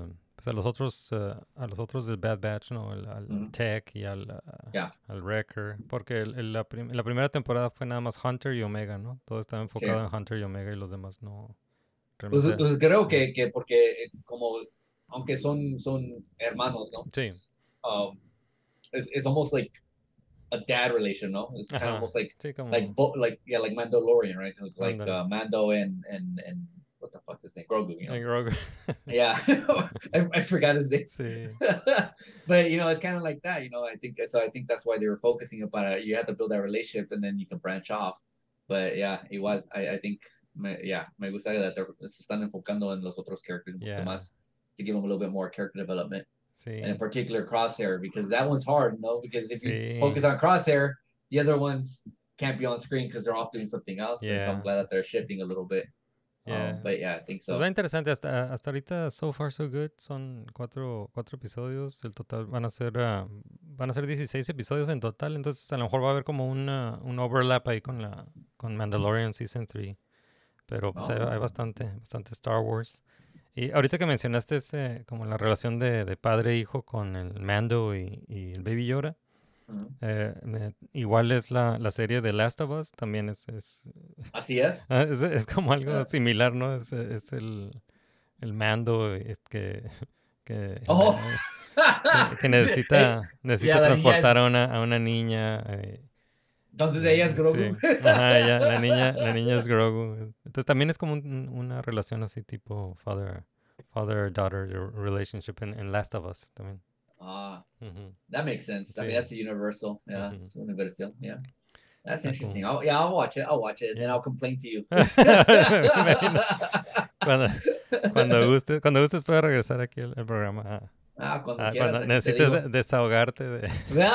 pues a los otros del Bad Batch, ¿no? Al Ujú. Tech y Ya, al Wrecker. Porque la primera temporada fue nada más Hunter y Omega, ¿no? Todo estaba enfocado sí. en Hunter y Omega y los demás no. Pues, Realmente. pues creo eh, que porque como, aunque son hermanos, ¿no? Sí. Um, it's almost like a dad relation, no? It's kind of Ajá. almost like Sí, like como. like Mandalorian, right? Like Ándale. Mando and what the fuck's his name? Grogu, you know? Grogu. Yeah, I forgot his name. Sí. But it's kind of like that, I think so. I think that's why they were focusing upon it. You have to build that relationship, and then you can branch off. But yeah, igual, I think, me gusta that se están enfocando en los otros characters un poquito Yeah. más to give them a little bit more character development. Sí. And in particular, Crosshair, because that one's hard, no? Because if you Sí. focus on Crosshair, the other ones can't be on screen because they're off doing something else. And so I'm Yeah. glad that they're shifting a little bit. Yeah. But yeah, I think Pues so. va interesante. Hasta ahorita, so far, so good. Son cuatro episodios. El total van a ser 16 episodios en total. Entonces, a lo mejor va a haber como un overlap ahí con Mandalorian Season 3. Pero pues hay bastante Star Wars. Y ahorita que mencionaste como la relación de padre e hijo con el Mando y el Baby Yoda. Ujú. Igual es la serie de Last of Us. También es Así es. es como algo Ah. similar, ¿no? Es el Mando que, Oh. que necesita Yeah, la niña transportar a una niña. Entonces ella es Grogu. Sí. Ajá, la niña es Grogu. Entonces también es como una relación así tipo father-daughter relationship en Last of Us también. Ujú. That makes sense. I mean, Sí. that's a universal. Yeah, Mhm. it's universal. Yeah. That's Está interesting. cool. I'll watch it. I'll watch it. Then Yeah. I'll complain to you. Me imagino. Cuando gustes puedes regresar aquí al programa. Cuando quieras. Cuando aquí te necesites digo. desahogarte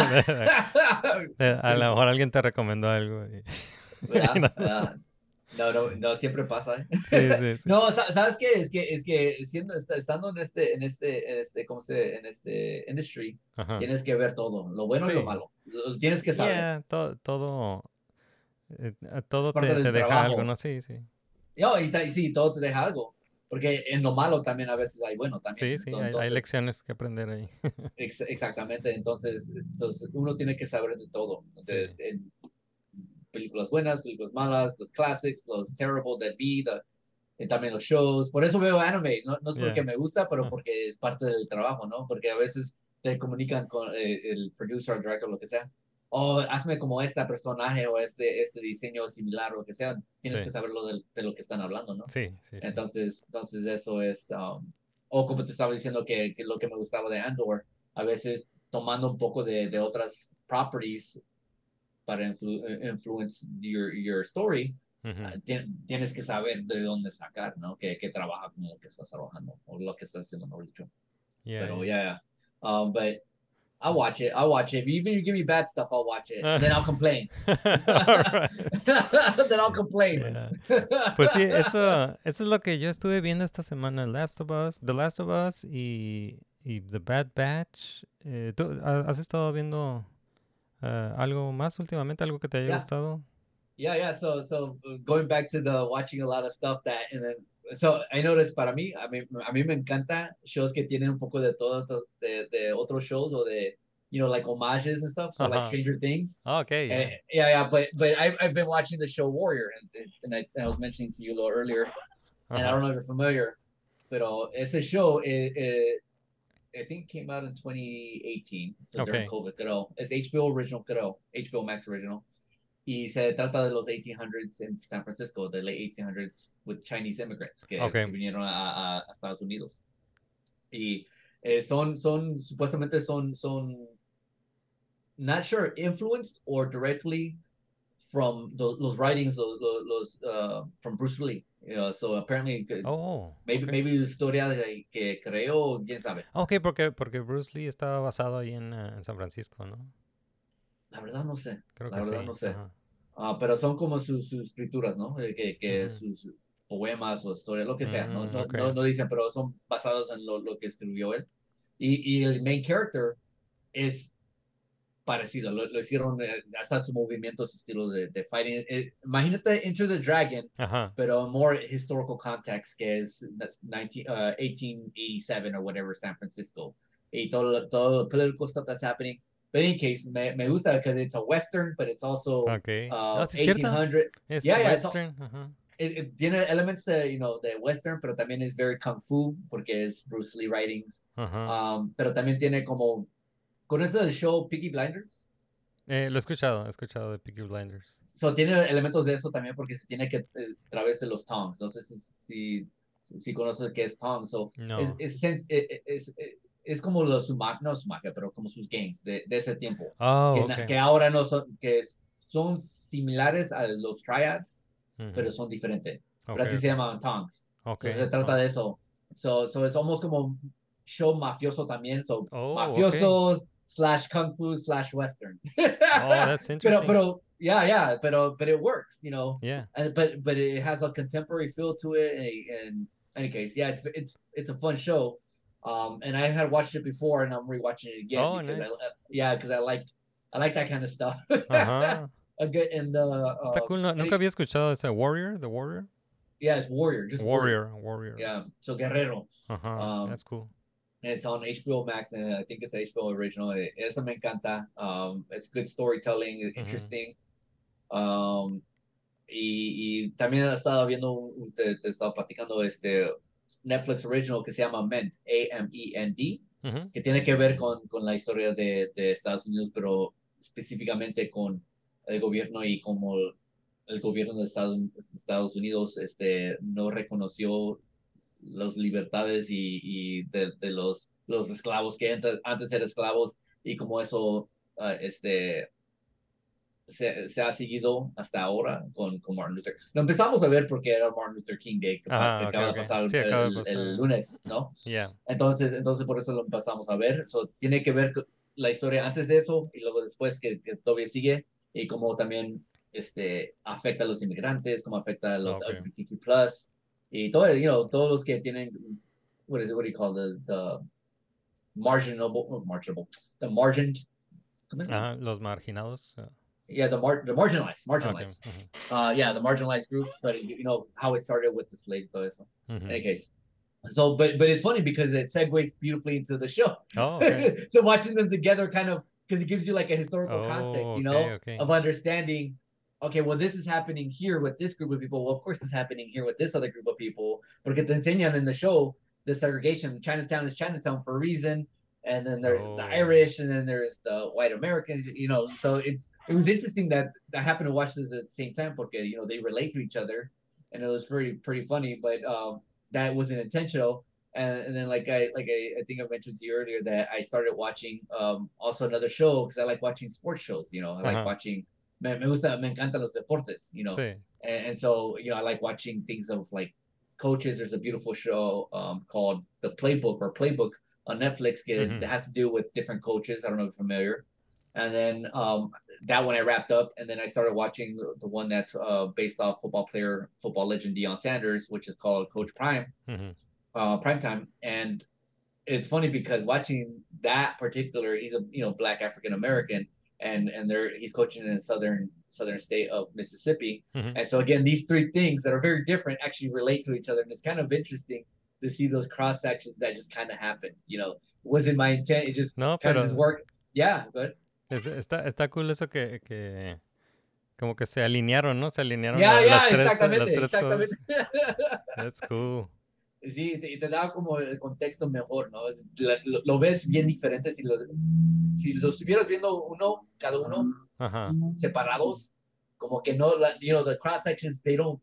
a lo mejor alguien te recomendó algo. ¿Verdad? No, siempre pasa. Sí. No, ¿sabes qué? Es que estando en este industry, Ajá. tienes que ver todo, lo bueno y Sí. lo malo. Tienes que saber. Yeah, todo Es parte te del deja trabajo. algo, ¿no? Sí. Sí, todo te deja algo. Porque en lo malo también a veces hay bueno también. Sí, So, hay entonces, lecciones que aprender ahí. exactamente. Entonces, uno tiene que saber de todo. En películas buenas, películas malas, los classics, los terrible that be, y también los shows. Por eso veo anime. No es porque Yeah. me gusta, pero porque es parte del trabajo, ¿no? Porque a veces te comunican con el producer, el director, lo que sea. Hazme como este personaje o este diseño similar o lo que sea. Tienes Sí. que saber de lo que están hablando, ¿no? Sí. Entonces eso es, o como te estaba diciendo que lo que me gustaba de Andor, a veces tomando un poco de otras properties para influence your story, Ujú. tienes que saber de dónde sacar, ¿no? Que trabaja con lo que estás trabajando, o lo que estás haciendo, mejor dicho. Yeah, Pero yeah. but I'll watch it. Even if you give me bad stuff, I'll watch it. And then I'll complain. Alright. Then I'll complain. Yeah. Pues sí, eso es lo que yo estuve viendo esta semana. The Last of Us y The Bad Batch. ¿Tú has estado viendo algo más últimamente? ¿Algo que te haya Yeah. gustado? Yeah. So going back to the watching a lot of stuff so I noticed para mí, a mí me encanta shows que tienen un poco de todo, de otros shows o de, like homages and stuff. So like Stranger Things. Oh, okay. Yeah. But I've been watching the show Warrior, and I was mentioning to you a little earlier, and I don't know if you're familiar, pero ese show, I think came out in 2018, so during COVID, creo. Es HBO original, creo. HBO Max original. Y se trata de los 1800s en San Francisco, the late 1800s, with Chinese immigrants que vinieron a Estados Unidos. Y supuestamente son, not sure, influenced or directly from los writings from Bruce Lee. So apparently, maybe historia que creó, quién sabe. Okay, porque Bruce Lee estaba basado ahí en San Francisco, ¿no? La verdad no sé. Creo la que verdad sí. no sé. Pero son como sus escrituras, ¿no? Que sus poemas o historias, lo que sea. No dicen, pero son basados en lo que escribió él. Y el main character es parecido. Lo hicieron hasta su movimiento, su estilo de fighting. Imagínate Enter the Dragon, Ajá. pero more historical context, que es 1887 or whatever, San Francisco. Y todo political stuff that's happening. But in any case, me gusta because it's a Western, but it's also Okay. ¿Sí es cierto? 1800. Es Yeah, Western. Ajá. Tiene elements de, de Western, pero también es very Kung Fu, porque es Bruce Lee writings. Ajá. Pero también tiene como... ¿Conoces el show Peaky Blinders? Lo he escuchado de Peaky Blinders. So, tiene elementos de eso también porque se tiene que a través de los tongs. No sé si conoces qué es tongs. So, No. es como los no sumaca, pero como sus games de ese tiempo. Oh, que, okay. que ahora no son, que son similares a los triads, Ujú. pero son diferentes. Pero Okay, así se llaman tongs. okay. So, se trata de eso. So es almost como show mafioso también. So, Oh, mafioso / Kung Fu / Western. Oh, that's interesting. Pero but it works, Yeah. But it has a contemporary feel to it. And in any case, yeah, it's a fun show. And I had watched it before, and I'm rewatching it again. Oh, because nice. because I like that kind of stuff. Ajá. And Está cool. Nunca había escuchado ese Warrior, The Warrior. Yeah, it's Warrior, just Warrior. Yeah, so Guerrero. Ajá. That's cool. And it's on HBO Max, and I think it's HBO original. Eso me encanta. It's good storytelling, it's interesting. Y también estaba viendo, te estaba platicando Netflix original que se llama Ment, AMEND, que tiene que ver con la historia de Estados Unidos, pero específicamente con el gobierno y como el gobierno de Estados Unidos no reconoció las libertades y de los esclavos que antes eran esclavos, y como eso se ha seguido hasta ahora con Martin Luther. Lo empezamos a ver porque era Martin Luther King Day, que acaba de pasar el lunes, ¿no? Yeah. Entonces por eso lo empezamos a ver. Tiene que ver con la historia antes de eso y luego después que todavía sigue, y cómo también afecta a los inmigrantes, cómo afecta a los LGBTQ+, y todo, todos los que tienen, what do you call the margined, los marginados. Yeah, the marginalized. Okay. Yeah, the marginalized groups, but how it started with the slaves, todo eso. Mm-hmm. In any case. So, but it's funny because it segues beautifully into the show. Oh, okay. So watching them together because it gives you like a historical context, of understanding, okay, well, this is happening here with this group of people. Well, of course, it's happening here with this other group of people. Porque te enseñan in the show the segregation. Chinatown is Chinatown for a reason. And then there's the Irish, and then there's the white Americans, so it was interesting that I happened to watch this at the same time porque, they relate to each other, and it was pretty funny, but that wasn't intentional. And then like I think I mentioned to you earlier that I started watching also another show because I like watching sports shows, I like watching, me encantan los deportes, Sí. and so, I like watching things of like coaches. There's a beautiful show called The Playbook on Netflix that has to do with different coaches. I don't know if you're familiar. And then that one I wrapped up, and then I started watching the one that's based off football legend Deion Sanders, which is called Coach Prime, Primetime. And it's funny because watching that particular, he's a Black African American, and he's coaching in the southern state of Mississippi. And so again, these three things that are very different actually relate to each other, and it's kind of interesting to see those cross sections that just kind of happened. Wasn't my intent. It just kind of just worked. Yeah, good. Está cool eso que como que se alinearon, ¿no? Se alinearon las tres exactamente. That's cool. Sí, te da como el contexto mejor, ¿no? Lo ves bien diferente si lo estuvieras viendo cada uno separados, como que no, the cross sections they don't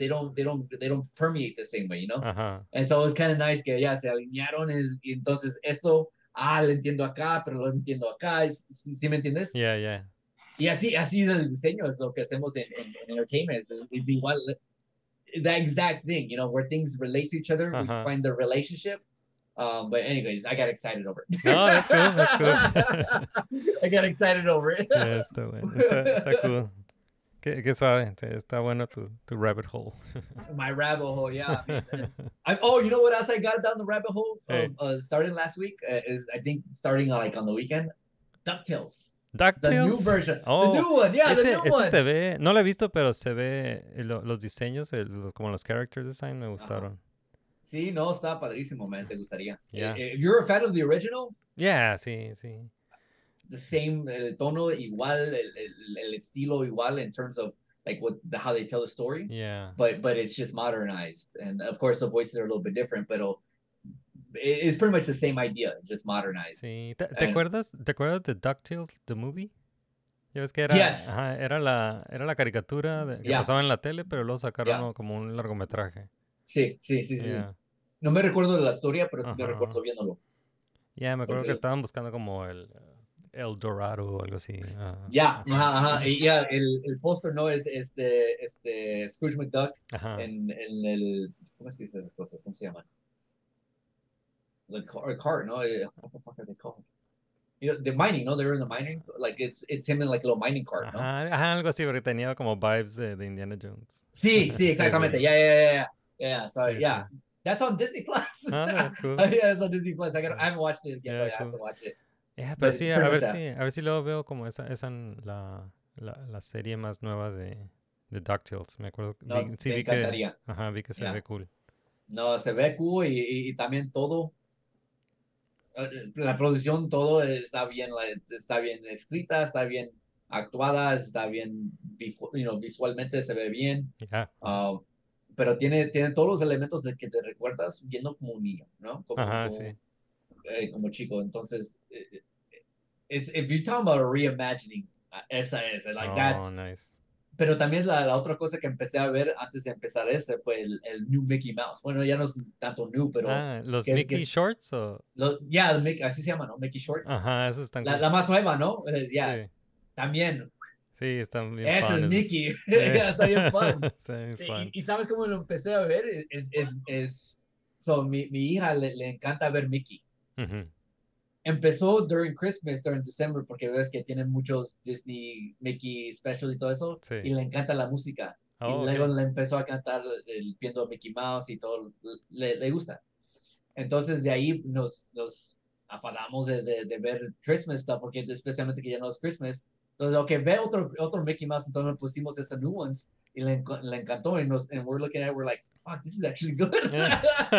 permeate the same way, And so it's kind of nice que ya se alinearon, y entonces esto, lo entiendo acá, pero lo entiendo acá, ¿sí me entiendes? Yeah. Y así el diseño es lo que hacemos en entertainment, es igual, that exact thing, where things relate to each other, we find the relationship. But anyways, I got excited over it. No, that's cool. I got excited over it. Yeah, está bueno, está cool. Qué suave, está bueno tu rabbit hole. My rabbit hole, yeah. You know what else I got down the rabbit hole? Hey. Starting last week, is I think starting like on the weekend, DuckTales. DuckTales. new version. Oh, The new one, yeah, the new ese one. se ve, no lo he visto, pero se ve los diseños, como los character design me gustaron. Sí, no, está padrísimo, man. Te gustaría. Yeah. If you're a fan of the original, Yeah, sí, sí. the same, el tono igual, el estilo igual in terms of like how they tell the story. Yeah. But it's just modernized, and of course the voices are a little bit different, but it's pretty much the same idea, just modernized. Sí. ¿Te And- acuerdas de DuckTales, the movie? Ya ves que era, Yes. ajá, era la caricatura que Yeah. pasaba en la tele, pero luego sacaron Yeah. como un largometraje. Sí. Yeah. No me recuerdo de la historia, pero sí me Ajá. recuerdo viéndolo. Yeah, me acuerdo que Porque- estaban buscando como el Dorado o algo así. Ya, ajá. Y ya, el póster no es Scrooge McDuck Ajá. en el, ¿cómo se dice esas cosas? ¿Cómo se llaman? The car, ¿no? What the fuck are they called? You know, they're mining, ¿no? They're in the mining. Like, it's him in like a little mining cart, ¿no? Ajá, algo así, porque tenía como vibes de Indiana Jones. Sí, exactamente. sí. Yeah. So, Sí, yeah. That's on Disney Plus. Ah, cool. Yeah, it's on Disney Plus. I haven't watched it yet, Yeah, but I have cool. to watch it. Yeah, But pero it's sí, pretty much that. a ver si luego veo como esa la serie más nueva de DuckTales. Me acuerdo. No, Sí, me vi que, encantaría. ajá, vi que se Yeah. ve cool. No, se ve cool y también todo. La producción, todo está bien escrita, está bien actuada, está bien, visualmente se ve bien. Yeah. Pero tiene todos los elementos de que te recuerdas viendo como un niño, ¿no? Ajá, sí. Como chico. Entonces, if you're talking about a reimagining, esa es, like Oh, that's. nice. Pero también la otra cosa que empecé a ver antes de empezar ese fue el New Mickey Mouse. Bueno, ya no es tanto new, pero. ¿Los que- Mickey que- Shorts o...? Así se llama, ¿no? Mickey Shorts. Ajá, esos están cool. La más nueva, ¿no? Ya, Sí, también. sí, están bien Ese fun es esos. Mickey. Ya, está bien fun. Está bien fun. Y sabes cómo lo empecé a ver? Mi hija le encanta ver Mickey. Ujú. Empezó during December, porque ves que tienen muchos Disney, Mickey specials y todo eso, Sí. y le encanta la música. Oh, y ok. luego le empezó a cantar viendo a Mickey Mouse y todo, le gusta. Entonces de ahí nos afadamos de ver Christmas stuff, porque especialmente que ya no es Christmas. Entonces, ok, ve otro Mickey Mouse, entonces nos pusimos ese new ones y le encantó, and we're looking at it, we're like, fuck, this is actually good. Yeah.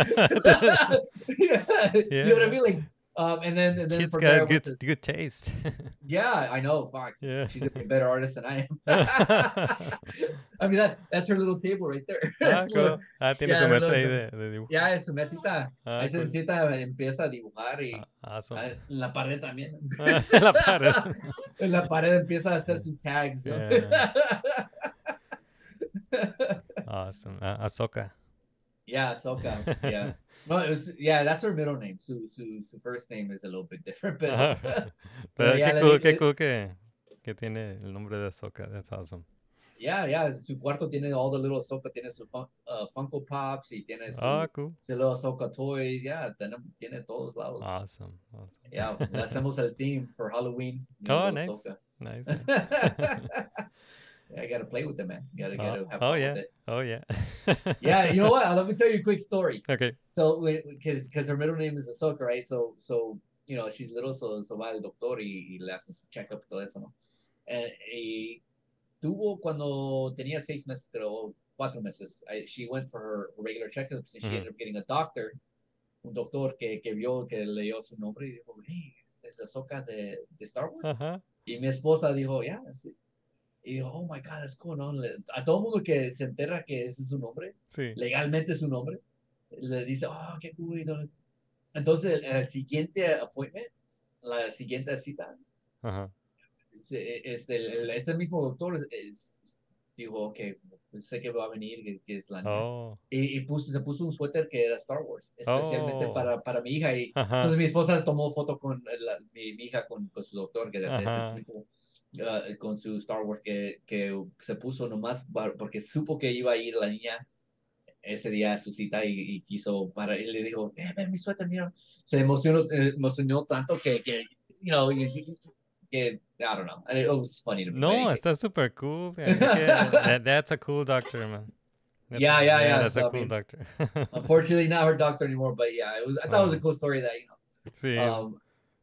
You know what I mean? Like, and then Kids from there, I got went good taste. yeah, I know. Fuck. Yeah. She's a better artist than I am. I mean, that's her little table right there. Ah, That's cool. Tiene Yeah, su mesa no, ahí no. de dibujo. Ya es su mesita. Ah, Ahí se cool. sienta, empieza a dibujar y Awesome. en la pared también. En la pared. En la pared empieza a hacer sus tags. ¿no? Awesome. Ahsoka. Yeah, Ahsoka. Yeah. No, that's her middle name. Su first name is a little bit different, but Pero ya qué cool que tiene el nombre de Ahsoka. That's awesome. yeah. Su cuarto tiene all the little Ahsoka, tiene su Funko Pops y tiene su Cool. little Ahsoka toys. Yeah, tiene todos lados. Awesome. Yeah, le hacemos el theme for Halloween. Oh, Little nice. Ahsoka. Nice. I gotta play with them, man. Gotta have Oh, fun yeah. with it. Oh, yeah. Yeah, you know what? Let me tell you a quick story. Okay. So, because her middle name is Ahsoka, right? So she's little, so va al doctor y le hacen su check-up y todo eso, ¿no? Y tuvo cuando tenía 6 meses, creo, 4 meses. She went for her regular checkups and she ended up getting a doctor, un doctor que vio, que leyó su nombre y dijo, hey, es Ahsoka de Star Wars. Ajá. Y mi esposa dijo, yeah, sí. Y dijo, oh my God, that's cool, ¿no? A todo mundo que se entera que ese es su nombre, Sí. legalmente es su nombre, le dice, oh, qué cool. Entonces, el siguiente appointment, la siguiente cita, Ajá. ese mismo doctor dijo, ok, sé que va a venir, que es la niña. Oh. Y se puso un suéter que era Star Wars, especialmente Oh. para mi hija. Y Ajá. entonces mi esposa tomó foto con mi hija, con su doctor, que de Ajá. ese tipo, con su Star Wars, que se puso nomás porque supo que iba a ir la niña ese día a su cita y quiso y le dijo, ven mi suéter, mira. Se emocionó tanto que I don't know. It was funny to me. No, está super cool. Man. That's a cool doctor, man. Yeah. That's So, a cool doctor. Unfortunately, not her doctor anymore, but yeah, I thought it was a cool story that, Sí.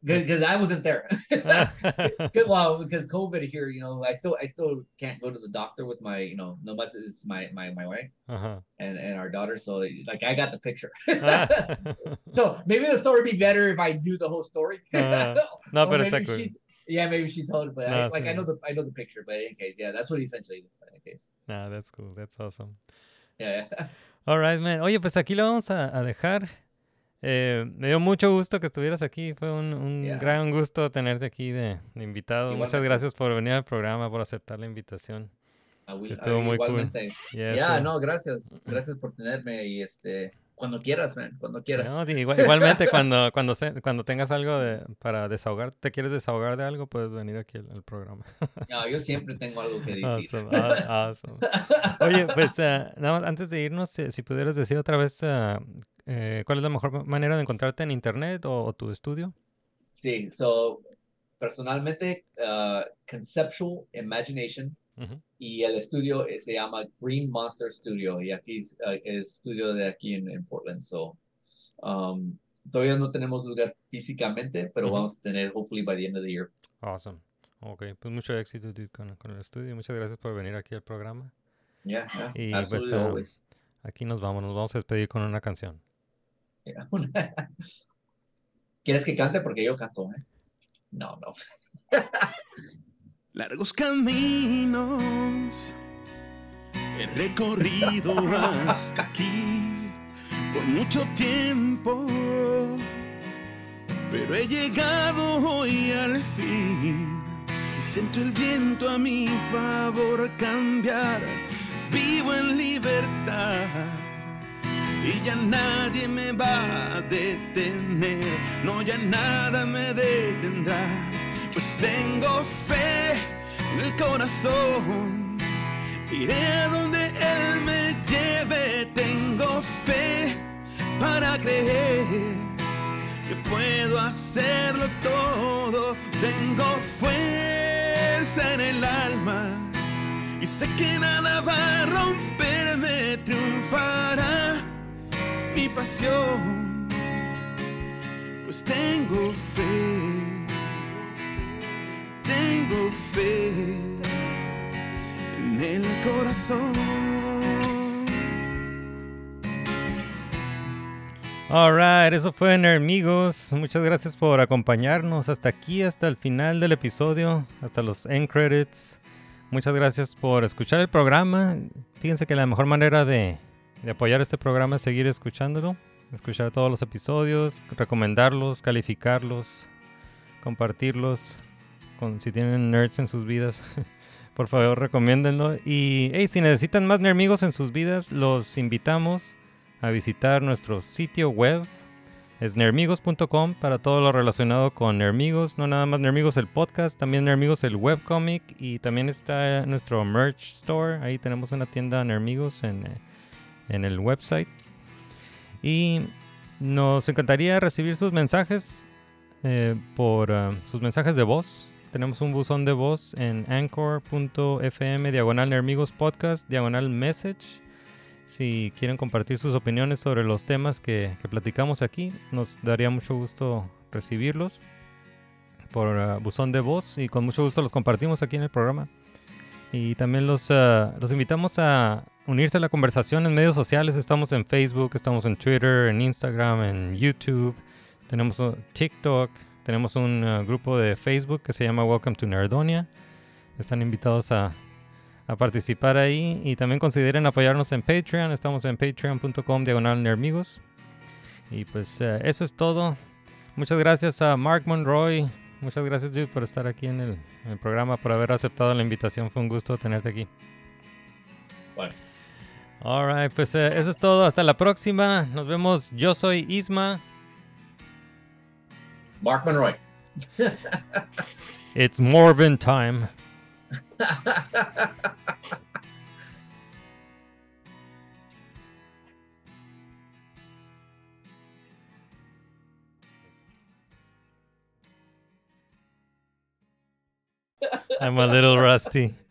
because I wasn't there. Well, because COVID here, I still can't go to the doctor with my, no, but it's my wife and our daughter. So like I got the picture. So maybe the story would be better if I knew the whole story. No, but it's cool. Maybe she told it, but No, I know the picture. But in case, that's what he essentially did. In case. Nah, that's cool. That's awesome. Yeah. All right, man. Oye, pues aquí lo vamos a dejar. Me dio mucho gusto que estuvieras aquí. Fue un gran gusto tenerte aquí de invitado. Igualmente. Muchas gracias por venir al programa, por aceptar la invitación. Estuvo muy igualmente. Cool. Yeah, no, gracias. Gracias por tenerme y cuando quieras, man, cuando quieras. No, igualmente cuando tengas algo para desahogar, te quieres desahogar de algo, puedes venir aquí al programa. No, yo siempre tengo algo que decir. Awesome. Oye, pues nada más antes de irnos, si pudieras decir otra vez ¿cuál es la mejor manera de encontrarte en internet o tu estudio? Sí, personalmente Conceptual Imagination. Y el estudio se llama Green Monster Studio y aquí es el estudio de aquí en Portland. Todavía no tenemos lugar físicamente, pero vamos a tener hopefully by the end of the year. Awesome. Okay, pues mucho éxito, dude, con el estudio. Muchas gracias por venir aquí al programa. Yeah, y absolutely, pues, always. Aquí nos vamos a despedir con una canción. Yeah. ¿Quieres que cante? Porque yo canto, ¿eh? No. Largos caminos he recorrido hasta aquí por mucho tiempo, pero he llegado hoy al fin y siento el viento a mi favor cambiar. Vivo en libertad y ya nadie me va a detener, no, ya nada me detendrá. Pues tengo fe en el corazón, iré a donde Él me lleve. Tengo fe para creer que puedo hacerlo todo. Tengo fuerza en el alma y sé que nada va a romperme. Triunfará mi pasión, pues tengo fe. Tengo fe en el corazón. Alright, eso fue Nermigos. Muchas gracias por acompañarnos hasta aquí, hasta el final del episodio, hasta los end credits. Muchas gracias por escuchar el programa. Fíjense que la mejor manera de apoyar este programa es seguir escuchándolo, escuchar todos los episodios, recomendarlos, calificarlos, compartirlos. Si tienen nerds en sus vidas, por favor recomiéndenlo. Y si necesitan más Nermigos en sus vidas, los invitamos a visitar nuestro sitio web. Es nermigos.com para todo lo relacionado con Nermigos. No nada más Nermigos el podcast, también Nermigos el webcomic. Y también está nuestro merch store. Ahí tenemos una tienda Nermigos en el website. Y nos encantaría recibir sus mensajes por sus mensajes de voz. Tenemos un buzón de voz en anchor.fm/Nermigos podcast /message. Si quieren compartir sus opiniones sobre los temas que platicamos aquí, nos daría mucho gusto recibirlos por buzón de voz y con mucho gusto los compartimos aquí en el programa. Y también los invitamos a unirse a la conversación en medios sociales. Estamos en Facebook, estamos en Twitter, en Instagram, en YouTube. Tenemos TikTok. Tenemos un grupo de Facebook que se llama Welcome to Nerdonia. Están invitados a participar ahí. Y también consideren apoyarnos en Patreon. Estamos en patreon.com/Nermigos. Y pues eso es todo. Muchas gracias a Mark Monroy. Muchas gracias, dude, por estar aquí en el programa, por haber aceptado la invitación. Fue un gusto tenerte aquí. Bueno. Alright, pues eso es todo. Hasta la próxima. Nos vemos. Yo soy Isma. Mark Monroy. It's Morven time. I'm a little rusty.